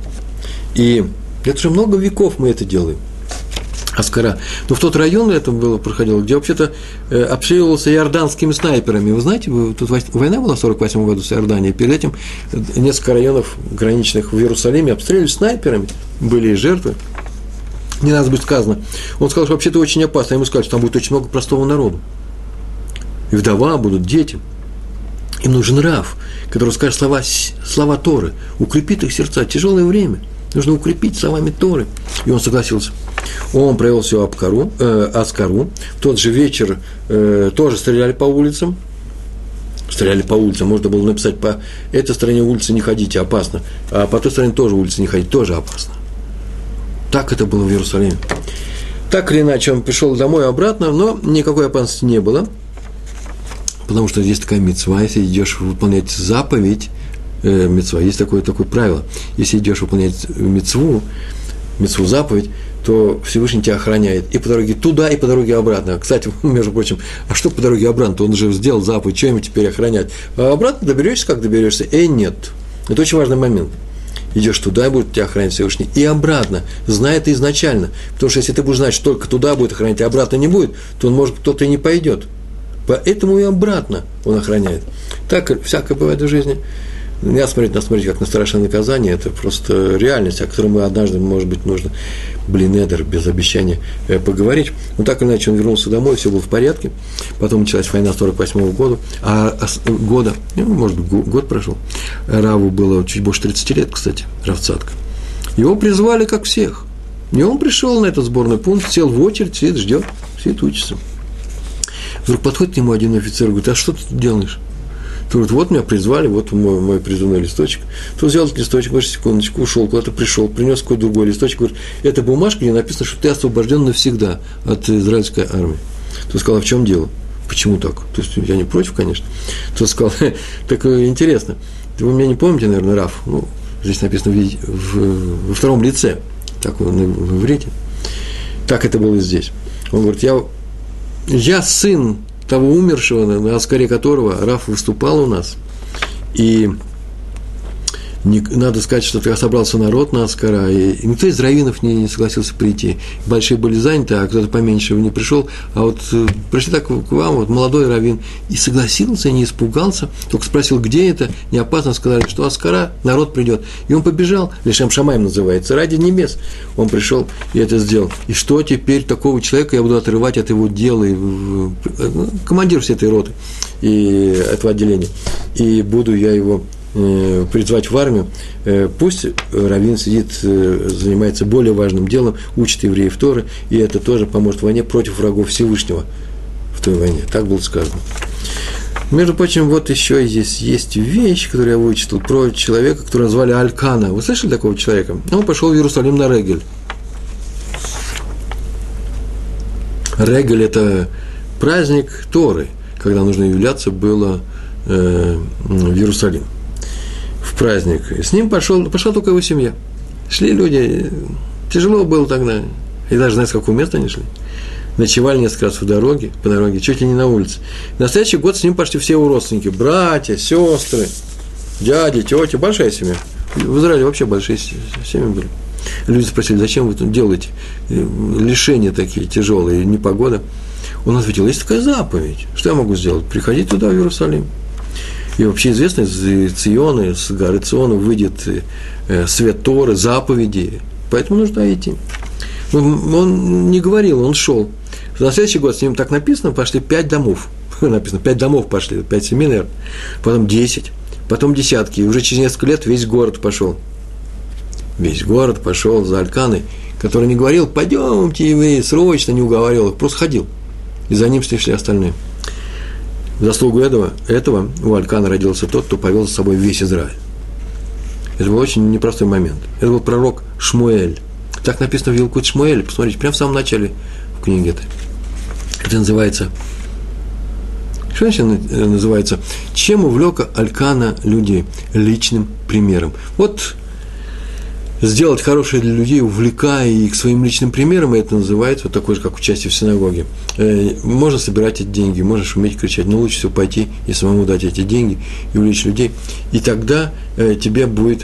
И это уже много веков мы это делаем. Аскара. Но в тот район это было, проходило, где вообще-то э, обстреливался иорданскими снайперами. Вы знаете, вы, тут война была в сорок восьмом году с Иорданией. Перед этим несколько районов граничных в Иерусалиме обстреливали снайперами, были и жертвы. Не надо быть сказано. Он сказал, что вообще-то очень опасно. Ему сказали, что там будет очень много простого народу. И вдова будут, дети. Им нужен рав, который скажет слова, слова Торы, укрепит их сердца. Тяжелое время. Нужно укрепить словами Торы. И он согласился. Он провел всю Абкару, э, Аскару. В тот же вечер э, тоже стреляли по улицам. Стреляли по улицам. Можно было написать, по этой стороне улицы не ходите, опасно. А по той стороне тоже улицы не ходите, тоже опасно. Так это было в Иерусалиме. Так или иначе, он пришел домой обратно, но никакой опасности не было. Потому что есть такая мицва, если идешь выполнять заповедь, э, мицва, есть такое, такое правило. Если идешь выполнять мицву, мицву заповедь, то Всевышний тебя охраняет и по дороге туда, и по дороге обратно. Кстати, между прочим, а что по дороге обратно? Он же сделал заповедь, что ему теперь охранять? А обратно доберешься, как доберешься? Э, нет. Это очень важный момент. Идешь туда, и будет тебя охранять Всевышний, и обратно. Знай это изначально. Потому что если ты будешь знать, что только туда будет охранять, а обратно не будет, то, он, может, кто-то и не пойдет. Поэтому и обратно он охраняет. Так всякое бывает в жизни. Не надо смотреть на смотреть, как на страшное наказание, это просто реальность, о которой мы однажды, может быть, нужно, блин, Эдер, без обещания э, поговорить. Но так или иначе он вернулся домой, все было в порядке. Потом началась война сорок восьмого года, а, а, года, ну, может быть, год прошел. Раву было чуть больше тридцати лет, кстати, Рав Цатка. Его призвали, как всех. И он пришел на этот сборный пункт, сел в очередь, сидит, ждет, сидит, учится. Вдруг подходит к нему один офицер и говорит: а что ты тут делаешь? Ты говорит: вот меня призвали, вот мой, мой призывной листочек. Тот взял этот листочек, говорит: секундочку, ушел, куда-то пришел, принес какой-то другой листочек, говорит: это бумажка, где написано, что ты освобожден навсегда от израильской армии. Тот сказал: а в чем дело? Почему так? То есть я не против, конечно. Тот сказал: так интересно, вы меня не помните, наверное, Раф? Ну, здесь написано в, в, во втором лице, так в иврите. Так это было и здесь. Он говорит: я, я сын того умершего, на Аскаре которого Раф выступал у нас, и не, надо сказать, что собрался народ на Аскара, и, и никто из раввинов не, не согласился прийти. Большие были заняты, а кто-то поменьше не пришел, а вот э, пришли так к вам, вот молодой раввин, и согласился, не испугался, только спросил, где это, не опасно, сказали, что Аскара, народ придет. И он побежал, Лешем Шамаим называется, ради небес. Он пришел и это сделал. И что теперь такого человека я буду отрывать от его дела, и, ну, командир всей этой роты, и этого отделения, и буду я его призвать в армию, пусть раввин сидит, занимается более важным делом, учит евреев Торы, и это тоже поможет в войне против врагов Всевышнего в той войне. Так было сказано. Между прочим, вот еще здесь есть вещь, которую я вычитал, про человека, которого звали Алькана. Вы слышали такого человека? Он пошел в Иерусалим на Регель. Регель – это праздник Торы, когда нужно являться было э, в Иерусалим. В праздник. И с ним пошел, пошла только его семья. Шли люди, тяжело было тогда, и даже знаете, с какого места они шли. Ночевали несколько раз в дороге, по дороге, чуть ли не на улице. На следующий год с ним пошли все его родственники, братья, сестры, дяди, тети, большая семья. В Израиле вообще большие семьи были. Люди спросили: зачем вы тут делаете лишения такие тяжелые, непогода? Он ответил: есть такая заповедь, что я могу сделать? Приходить туда, в Иерусалим. И вообще известно, из Циона, с горы Циона выйдет свет Торы, заповеди, поэтому нужно идти. Он не говорил, он шел. На следующий год с ним так написано, пошли пять домов. Написано, пять домов пошли, пять семей, наверное. Потом десять, потом десятки. И уже через несколько лет весь город пошел. Весь город пошел за Альканой, который не говорил: пойдемте, евреи, срочно, не уговаривал их, просто ходил. И за ним шли остальные. В заслугу этого, этого у Алькана родился тот, кто повел за собой весь Израиль. Это был очень непростой момент. Это был пророк Шмуэль. Так написано в Илкут Шмуэль. Посмотрите, прямо в самом начале в книге этой. Это называется... Что значит называется? Чем увлек Алькана людей? Личным примером. Вот сделать хорошее для людей, увлекая их своим личным примером, и это называется вот такое же, как участие в синагоге. Можно собирать эти деньги, можешь уметь кричать, но лучше всего пойти и самому дать эти деньги и увлечь людей, и тогда тебе будет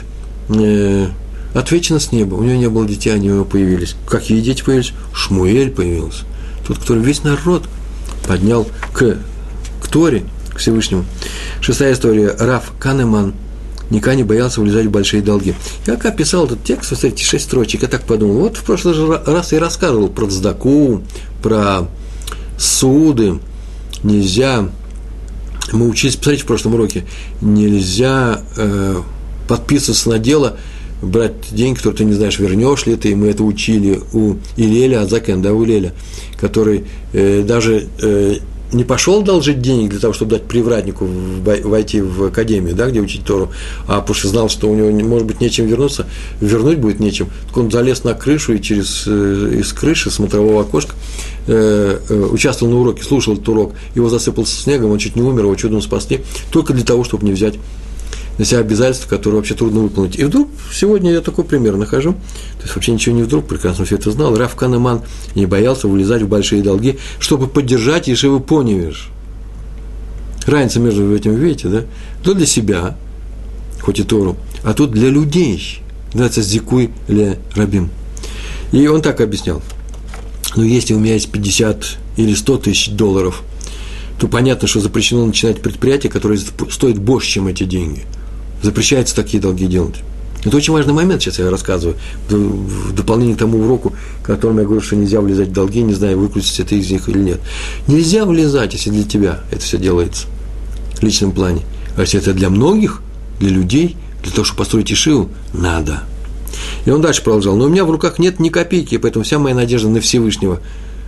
отвечено с неба. У него не было детей, они у него появились. Какие дети появились? Шмуэль появился. Тот, который весь народ поднял к, к Торе, к Всевышнему. Шестая история. Рав Канеман никогда не боялся влезать в большие долги. Я когда писал этот текст, вот эти шесть строчек, я так подумал, вот в прошлый раз я рассказывал про цдаку, про суды. Нельзя, мы учились, посмотрите, в прошлом уроке, нельзя э, подписываться на дело, брать деньги, которые ты не знаешь, вернешь ли ты, и мы это учили у Илеля, Азакен, да, у Илеля, который э, даже э, не пошел одолжить денег для того, чтобы дать привратнику войти в академию, да, где учить Тору, а потому что знал, что у него, может быть, нечем вернуться, вернуть будет нечем. Так он залез на крышу и через, из крыши, смотрового окошка, э, э, участвовал на уроке, слушал этот урок, его засыпался снегом, он чуть не умер, его чудом спасли, только для того, чтобы не взять на себя обязательства, которые вообще трудно выполнить. И вдруг сегодня я такой пример нахожу, то есть вообще ничего не вдруг, прекрасно все это знал. Рав Канеман не боялся вылезать в большие долги, чтобы поддержать Ешиву Поневиш. Разница между этим, видите, да? То для себя, хоть и Тору, а тут для людей. Называется Зикуй ле Рабим. И он так объяснял. Ну, если у меня есть пятьдесят или сто тысяч долларов, то понятно, что запрещено начинать предприятие, которое стоит больше, чем эти деньги. Запрещается такие долги делать. Это очень важный момент, сейчас я рассказываю, в дополнение к тому уроку, к которому я говорю, что нельзя влезать в долги, не знаю, выкрутиться ты из них или нет. Нельзя влезать, если для тебя это все делается в личном плане. А если это для многих, для людей, для того, чтобы построить ешиву, надо. И он дальше продолжал. Но у меня в руках нет ни копейки, поэтому вся моя надежда на Всевышнего.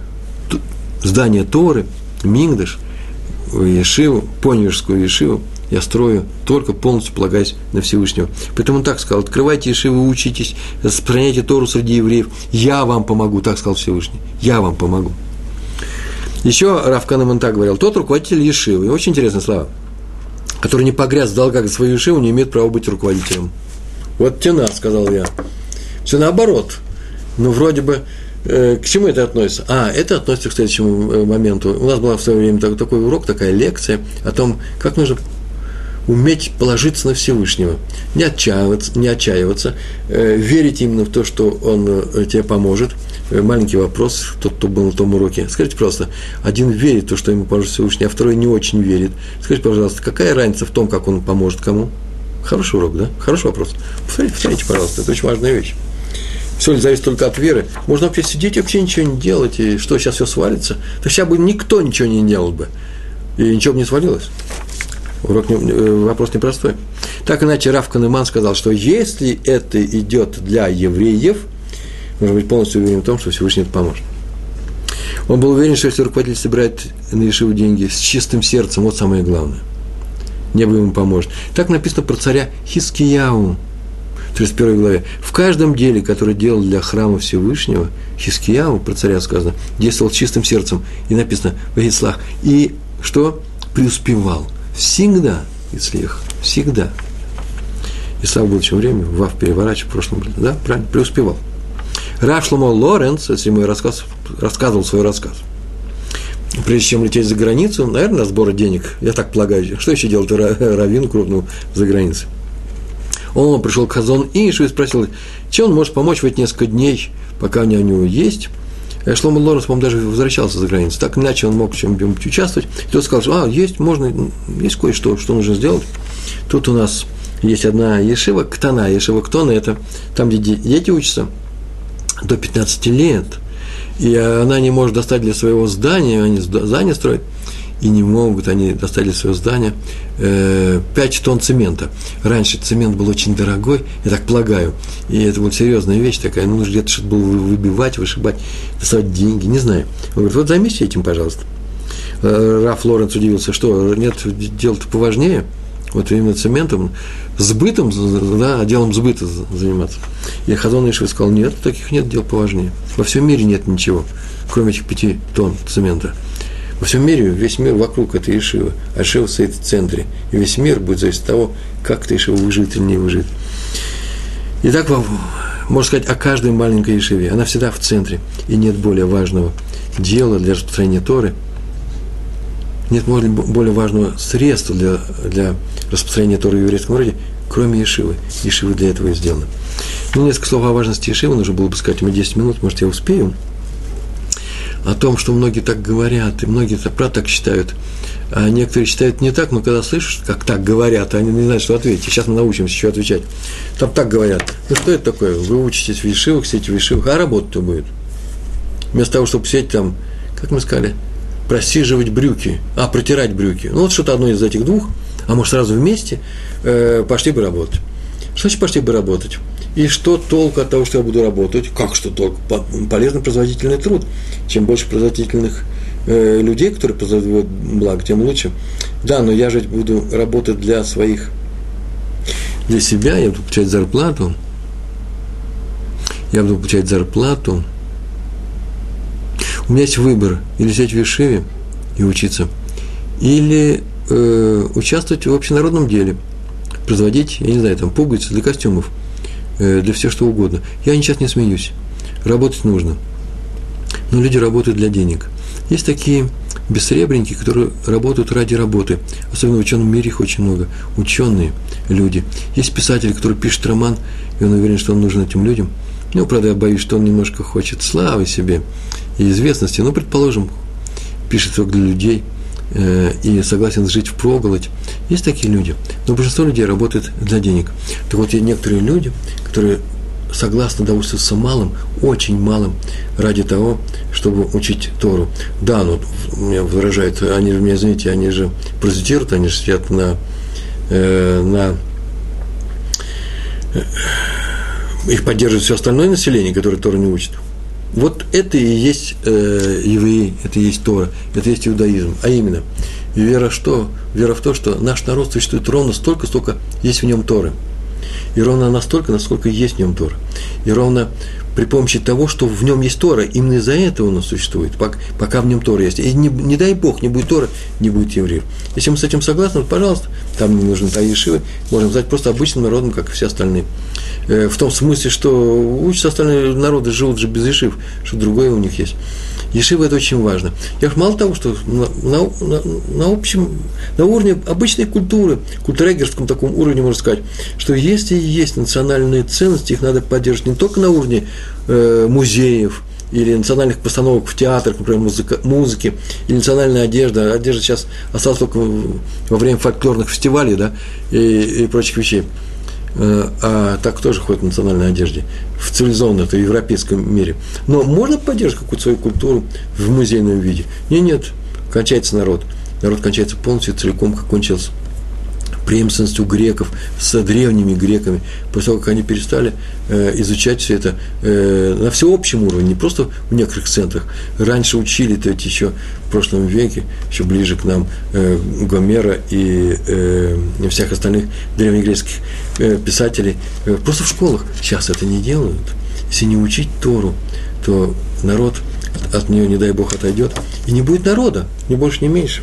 Здание Торы, Мигдаш, ешиву, поневежскую ешиву, я строю, только полностью полагаясь на Всевышнего. Поэтому он так сказал: открывайте ешивы, учитесь, распространяйте Тору среди евреев, я вам помогу, так сказал Всевышний, я вам помогу. Еще Рав Канеман так говорил: тот руководитель ешивы, очень интересные слова, который не погряз в долгах за свою ешиву, не имеет права быть руководителем. Вот тена, сказал я. Все наоборот. Ну, вроде бы, э, к чему это относится? А, это относится к следующему моменту. У нас был в свое время такой урок, такая лекция о том, как нужно уметь положиться на Всевышнего, не отчаиваться, не отчаиваться, э, верить именно в то, что Он э, тебе поможет. Э, маленький вопрос, тот, кто был на том уроке. Скажите, пожалуйста, один верит в то, что ему поможет Всевышний, а второй не очень верит. Скажите, пожалуйста, какая разница в том, как он поможет кому? Хороший урок, да? Хороший вопрос. Повторите, повторите, пожалуйста, это очень важная вещь. Все ли зависит только от веры? Можно вообще сидеть и вообще ничего не делать, и что, сейчас все свалится? Так сейчас бы никто ничего не делал бы, и ничего бы не свалилось. Урок не, вопрос непростой. Так иначе Рав Канеман сказал, что если это идет для евреев, нужно быть полностью уверен в том, что Всевышний это поможет. Он был уверен, что если руководитель собирает на ешиву деньги с чистым сердцем, вот самое главное, небо ему поможет. Так написано про царя Хискияу в тридцать первой главе. В каждом деле, которое делал для храма Всевышнего, Хискияу, про царя сказано, действовал с чистым сердцем. И написано «Ваицлах». И что? Преуспевал. Всегда, если их, всегда. Исав в будущем времени, Вав переворачивает в прошлом, да, правильно, преуспевал. Рав Шломо Лоренц, если мой рассказ, рассказывал свой рассказ, прежде чем лететь за границу, наверное, на сбор денег, я так полагаю, что еще делать раввину крупному за границей? Он пришел к Хазон Ишу и спросил, чем он может помочь в эти несколько дней, пока у него есть. Шломо Лоренц, по-моему, даже возвращался за границу, так иначе он мог в чем-нибудь участвовать. И тот сказал, что а, есть, можно, есть кое-что, что нужно сделать. Тут у нас есть одна ешива, ктана, ешива ктона, это там, где дети учатся до пятнадцати лет, и она не может достать для своего здания, они здание строят, и не могут они достать для своего здания э, пять тонн цемента. Раньше цемент был очень дорогой, я так полагаю, и это была серьезная вещь такая, ну, нужно где-то что-то было выбивать, вышибать, доставать деньги, не знаю. Он говорит, вот займись этим, пожалуйста. Рав Лоренц удивился, что нет, дело-то поважнее, вот именно цементом, сбытом, да, делом сбыта заниматься. И Хазон Иш сказал, нет, таких нет дел поважнее. Во всем мире нет ничего, кроме этих пяти тонн цемента. Во всем мире, весь мир вокруг этой ешивы, а ешива стоит в центре. И весь мир будет зависеть от того, как эта ешива выживет или не выживет. Итак, можно сказать о каждой маленькой ешиве. Она всегда в центре. И нет более важного дела для распространения Торы. Нет более важного средства для, для распространения Торы в еврейском народе, кроме ешивы. Ешивы для этого и сделаны. Ну, несколько слов о важности ешивы. Нужно было бы сказать, у меня десять минут, может, я успею. О том, что многие так говорят, и многие это правда так считают, а некоторые считают не так, но когда слышишь, как так говорят, они не знают, что ответить. Сейчас мы научимся еще отвечать. Там так говорят. Ну, что это такое? Вы учитесь в ешивах, сидите в ешивах, а работа-то будет. Вместо того, чтобы сидеть там, как мы сказали, просиживать брюки, а, протирать брюки. Ну, вот что-то одно из этих двух, а может, сразу вместе, э, пошли бы работать. Что значит пошли бы работать? И что толку от того, что я буду работать? Как что толку? Полезный производительный труд. Чем больше производительных э, людей, которые производят благо, тем лучше. Да, но я же буду работать для своих, для себя, я буду получать зарплату. Я буду получать зарплату. У меня есть выбор, или сидеть в ешиве и учиться, или э, участвовать в общенародном деле, производить, я не знаю, там, пуговицы для костюмов, э, для всего что угодно. Я сейчас не смеюсь, работать нужно, но люди работают для денег. Есть такие бессребреники, которые работают ради работы, особенно в ученом мире их очень много, ученые люди. Есть писатель, который пишет роман, и он уверен, что он нужен этим людям. Ну, правда, я боюсь, что он немножко хочет славы себе и известности, но, предположим, пишет его для людей, э, и согласен жить впроголодь. Есть такие люди, но большинство людей работает для денег. Так вот, есть некоторые люди, которые согласны довольствоваться малым, очень малым, ради того, чтобы учить Тору. Да, ну, меня выражают, они же, меня, извините, они же паразитируют, они же сидят на, э, на э, их поддерживает все остальное население, которое Тору не учит. Вот это и есть э, евреи, это и есть Тора, это и есть иудаизм. А именно, вера что? Вера в то, что наш народ существует ровно столько, сколько есть в нем Торы. И ровно настолько, насколько есть в нем Тора. И ровно при помощи того, что в нем есть Тора, именно из-за этого он существует, пока, пока в нем Тора есть. И не, не дай Бог, не будет Тора, не будет евреев. Если мы с этим согласны, вот, пожалуйста, там не нужны та ешивы, можем стать просто обычным народом, как и все остальные. Э, в том смысле, что учатся остальные народы, живут же без ешив, что другое у них есть. Ешива – это очень важно. Я мало того, что на, на, на, на общем, на уровне обычной культуры, культурегерском таком уровне можно сказать, что если есть национальные ценности, их надо поддерживать не только на уровне э, музеев или национальных постановок в театрах, например, музыка, музыки, или национальная одежда. Одежда сейчас осталась только во время фольклорных фестивалей, да, и, и прочих вещей. А так тоже ходит в национальной одежде, в цивилизованном, это в европейском мире. Но можно поддерживать какую-то свою культуру в музейном виде? Нет, нет, кончается народ. Народ кончается полностью, целиком, как кончился преемственностью греков с древними греками, после того, как они перестали э, изучать все это э, на всеобщем уровне, не просто в некоторых центрах. Раньше учили-то ведь еще в прошлом веке, еще ближе к нам, э, Гомера и э, всех остальных древнегреческих э, писателей, э, просто в школах. Сейчас это не делают. Если не учить Тору, то народ от, от нее, не дай Бог, отойдет, и не будет народа, ни больше, ни меньше.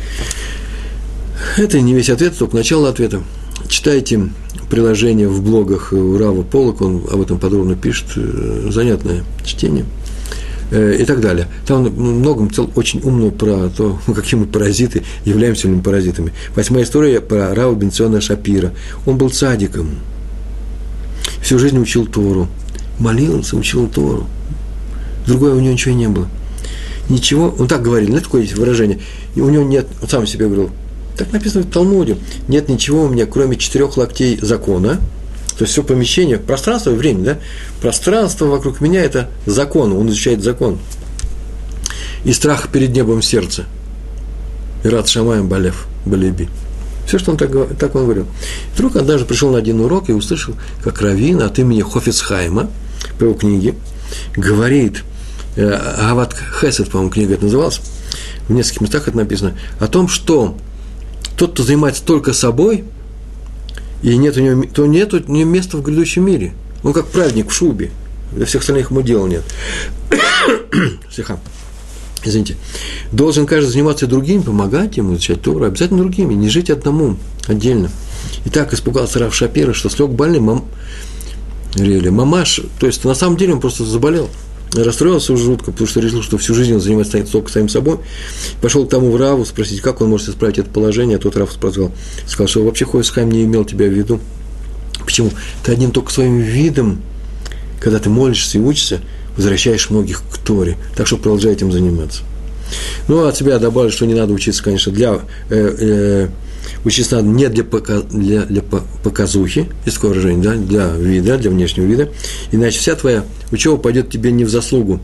Это не весь ответ, только начало ответа. Читайте приложение в блогах у Рава Полока, он об этом подробно пишет, занятное чтение и так далее. Там много очень умного про то, какие мы паразиты, являемся ли мы паразитами. Восьмая история про Рава Бенциона Шапира. Он был цадиком, всю жизнь учил Тору, молился, учил Тору. Другое у него ничего не было. Ничего, он так говорил, знаете, такое есть выражение, и у него нет, он сам себе говорил, так написано в Талмуде, нет ничего у меня, кроме четырех локтей закона, то есть все помещение, пространство и время, да, пространство вокруг меня – это закон, он изучает закон, и страх перед небом сердца, и рад шамаем балев, балеби. Все, что он так, так он говорил. Вдруг он даже пришел на один урок и услышал, как раввин от имени Хофец Хайма, по его книге, говорит, Гават Хесед, по-моему, книга это называлась, в нескольких местах это написано, о том, что тот, кто занимается только собой, и нет у него, то нет у него места в грядущем мире. Он как праведник в шубе, для всех остальных ему дела нет. Слегка. Извините. Должен каждый заниматься другим, помогать ему, изучать Тору, обязательно другими, не жить одному, отдельно. И так испугался Рав Шапира, что слег больный мам... мамаш, то есть на самом деле он просто заболел. Расстроился уже жутко, потому что решил, что всю жизнь он занимается только самим собой. Пошел к тому Раву спросить, как он может исправить это положение, а тот Рав сказал, сказал, что вообще Хофец Хайм не имел тебя в виду. Почему? Ты одним только своим видом, когда ты молишься и учишься, возвращаешь многих к Торе. Так что продолжай этим заниматься. Ну, а от себя добавлю, что не надо учиться, конечно, для... Э, э, учиться надо не для, пока, для, для показухи, есть такое выражение, да, для вида, для внешнего вида, иначе вся твоя учеба пойдет тебе не в заслугу.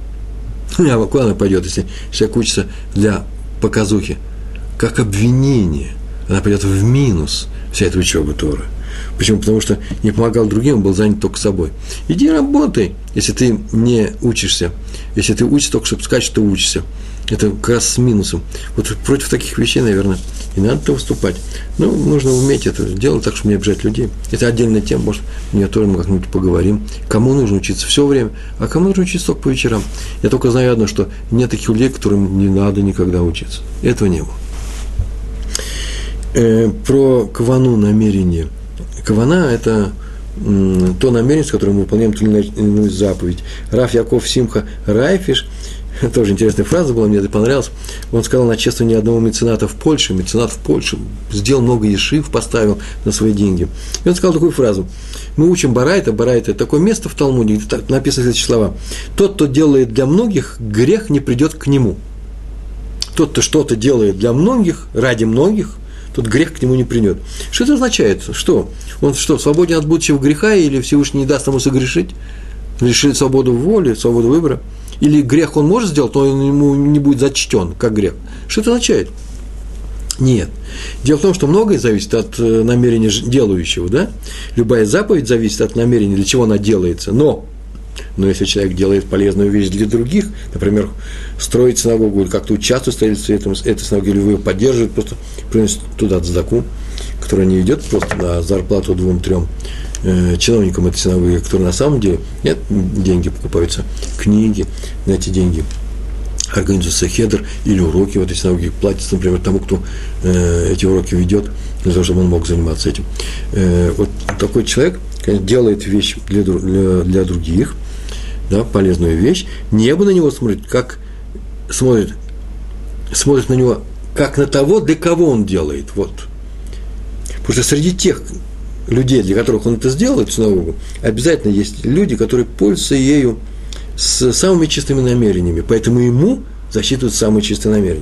А куда она пойдет, если человек учится для показухи? Как обвинение. Она пойдет в минус, вся эта учеба Торы. Почему? Потому что не помогал другим, он был занят только собой. Иди работай, если ты не учишься. Если ты учишься только, чтобы сказать, что учишься. Это как раз с минусом. Вот против таких вещей, наверное, и надо-то выступать. Но нужно уметь это делать так, чтобы не обижать людей. Это отдельная тема, может, о ней тоже мы как-нибудь поговорим. Кому нужно учиться все время, а кому нужно учиться только по вечерам. Я только знаю одно, что нет таких людей, которым не надо никогда учиться. Этого не было. Э, про кавану, намерение. Кавана – это м, то намерение, с которым мы выполняем ту или иную заповедь. Рав Яков Симха Райфиш, тоже интересная фраза была, мне это понравилось. Он сказал на чествование одного мецената в Польше, меценат в Польше, сделал много ешив, поставил на свои деньги. И он сказал такую фразу. Мы учим Барайта, Барайта – это такое место в Талмуде, где написаны следующие слова. Тот, кто делает для многих, грех не придет к нему. кто-то что-то делает для многих, ради многих, тот грех к нему не придет. Что это означает? Что? Он что, свободен от будущего греха, или Всевышний не даст ему согрешить? Лишит свободу воли, свободу выбора? Или грех он может сделать, но он ему не будет зачтен, как грех? Что это означает? Нет. Дело в том, что многое зависит от намерения делающего, да? Любая заповедь зависит от намерения, для чего она делается. Но, но если человек делает полезную вещь для других, например, строит синагогу, или как-то участвует в строительстве этой, этой синагоги, или его поддерживает, просто приносит туда цдаку, которая не идет просто на зарплату двум-трем э, чиновникам этой синагоги, которые на самом деле, нет, деньги покупаются, книги, на эти деньги организуется хедер или уроки в этой синагоге, платится, например, тому, кто э, эти уроки ведет, для того, чтобы он мог заниматься этим. Э, вот такой человек, конечно, делает вещь для, для, для других, да, полезную вещь, небо на него смотрит, как смотрит, смотрит на него, как на того, для кого он делает, вот. Потому что среди тех людей, для которых он это сделал, эту синагогу, обязательно есть люди, которые пользуются ею с самыми чистыми намерениями, поэтому ему засчитывают самые чистые намерения.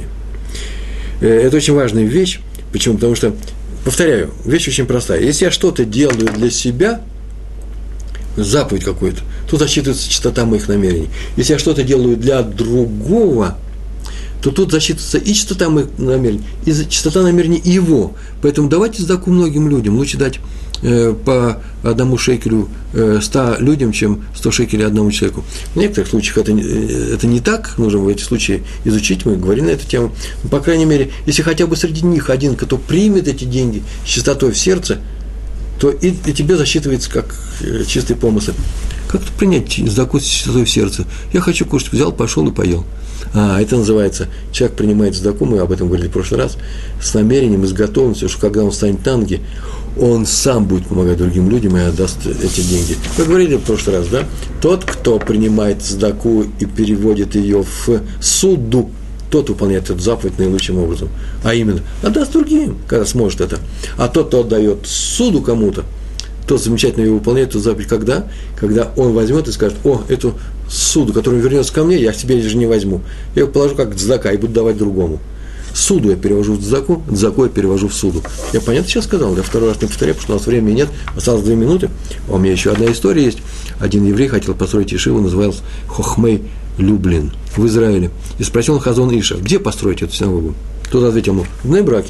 Это очень важная вещь. Почему? Потому что, повторяю, вещь очень простая. Если я что-то делаю для себя, заповедь какую-то, то засчитывается чистота моих намерений. Если я что-то делаю для другого, то тут засчитывается и чистота моих намерений, и чистота намерений его. Поэтому давайте сдаку многим людям. Лучше дать э, по одному шекелю э, ста людям, чем сто шекелей одному человеку. В некоторых случаях это, это не так, нужно в эти случаи изучить, мы говорим на эту тему. Но, по крайней мере, если хотя бы среди них один, кто примет эти деньги с чистотой в сердце, то и, и тебе засчитывается как э, чистый помысл. Как это принять сдаку с чистотой в сердце? Я хочу кушать, взял, пошел и поел. А, это называется, человек принимает сдаку, мы об этом говорили в прошлый раз, с намерением и с готовностью, что когда он станет на ноги, он сам будет помогать другим людям и отдаст эти деньги. Мы говорили в прошлый раз, да? Тот, кто принимает сдаку и переводит ее в суду, тот выполняет эту заповедь наилучшим образом. А именно, отдаст другим, когда сможет это. А тот, кто отдает суду кому-то, тот замечательно ее выполняет, эту заповедь, когда? Когда он возьмет и скажет: о, эту суду, которая вернется ко мне, я к себе же не возьму. Я ее положу как цдака и буду давать другому. Суду я перевожу в цдаку, цдаку я перевожу в суду. Я понятно сейчас сказал? Я второй раз не повторяю, потому что у нас времени нет, осталось две минуты. А у меня еще одна история есть. Один еврей хотел построить ешиву, назывался Хохмей Люблин в Израиле. И спросил он Хазон Иша: где построить эту синагогу? Тот ответил ему: в Бней-Браке.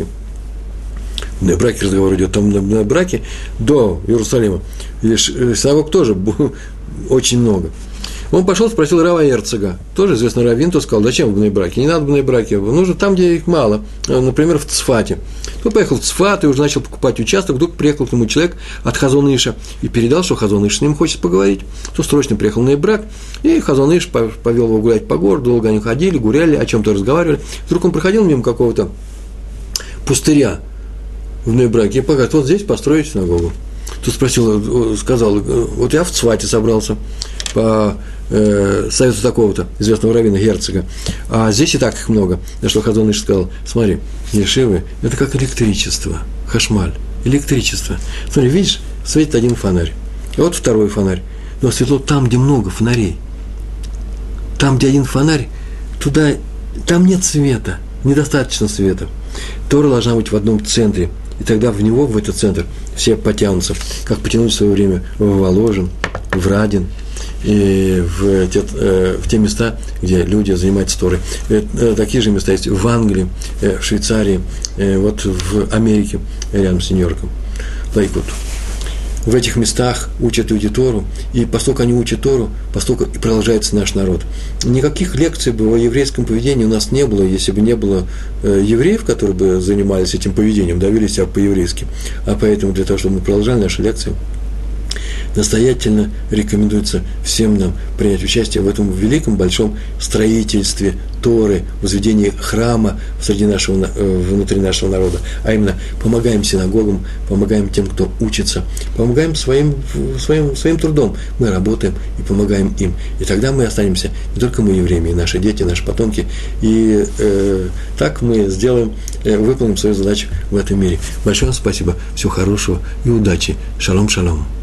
В Бней-Браке разговор идет, там в Бней-Браке до Иерусалима. И синагог тоже очень много. Он пошел, спросил рава Эрцега, тоже известный раввин, тот сказал: зачем в Бней-Браке? Не надо в Бней-Браке, нужно там, где их мало, например, в Цфате. Тот поехал в Цфат и уже начал покупать участок, вдруг приехал к нему человек от Хазон Иша и передал, что Хазон Иш с ним хочет поговорить. Тот срочно приехал в Бней-Брак, и Хазон Иш повел его гулять по городу, долго они ходили, гуляли, о чем-то разговаривали. Вдруг он проходил мимо какого-то пустыря в Бней-Браке и говорит: вот здесь построить синагогу. Тут спросил, сказал: вот я в Цфате собрался по э, совету такого-то известного раввина Герцога, а здесь и так их много. На что Хазон Иш сказал: смотри, ешивы – это как электричество, хашмаль, электричество. Смотри, видишь, светит один фонарь, и вот второй фонарь, но светло там, где много фонарей. Там, где один фонарь, туда, там нет света, недостаточно света. Тора должна быть в одном центре, и тогда в него, в этот центр, все потянутся, как потянули в свое время в Воложен, в Радин, и в те, в те места, где люди занимаются Торой. Такие же места есть в Англии, в Швейцарии, вот в Америке, рядом с Нью-Йорком, Лейкут. В этих местах учат люди Тору, и поскольку они учат Тору, поскольку и продолжается наш народ. Никаких лекций бы о еврейском поведении у нас не было, если бы не было евреев, которые бы занимались этим поведением, да, вели себя по-еврейски. А поэтому для того, чтобы мы продолжали наши лекции, настоятельно рекомендуется всем нам принять участие в этом великом, большом строительстве Торы, возведении храма среди нашего, внутри нашего народа. А именно, помогаем синагогам, помогаем тем, кто учится, помогаем своим, своим, своим трудом. Мы работаем и помогаем им. И тогда мы останемся не только мы евреями, и наши дети, наши потомки. И э, так мы сделаем, э, выполним свою задачу в этом мире. Большое вам спасибо, всего хорошего и удачи. Шалом, шалом.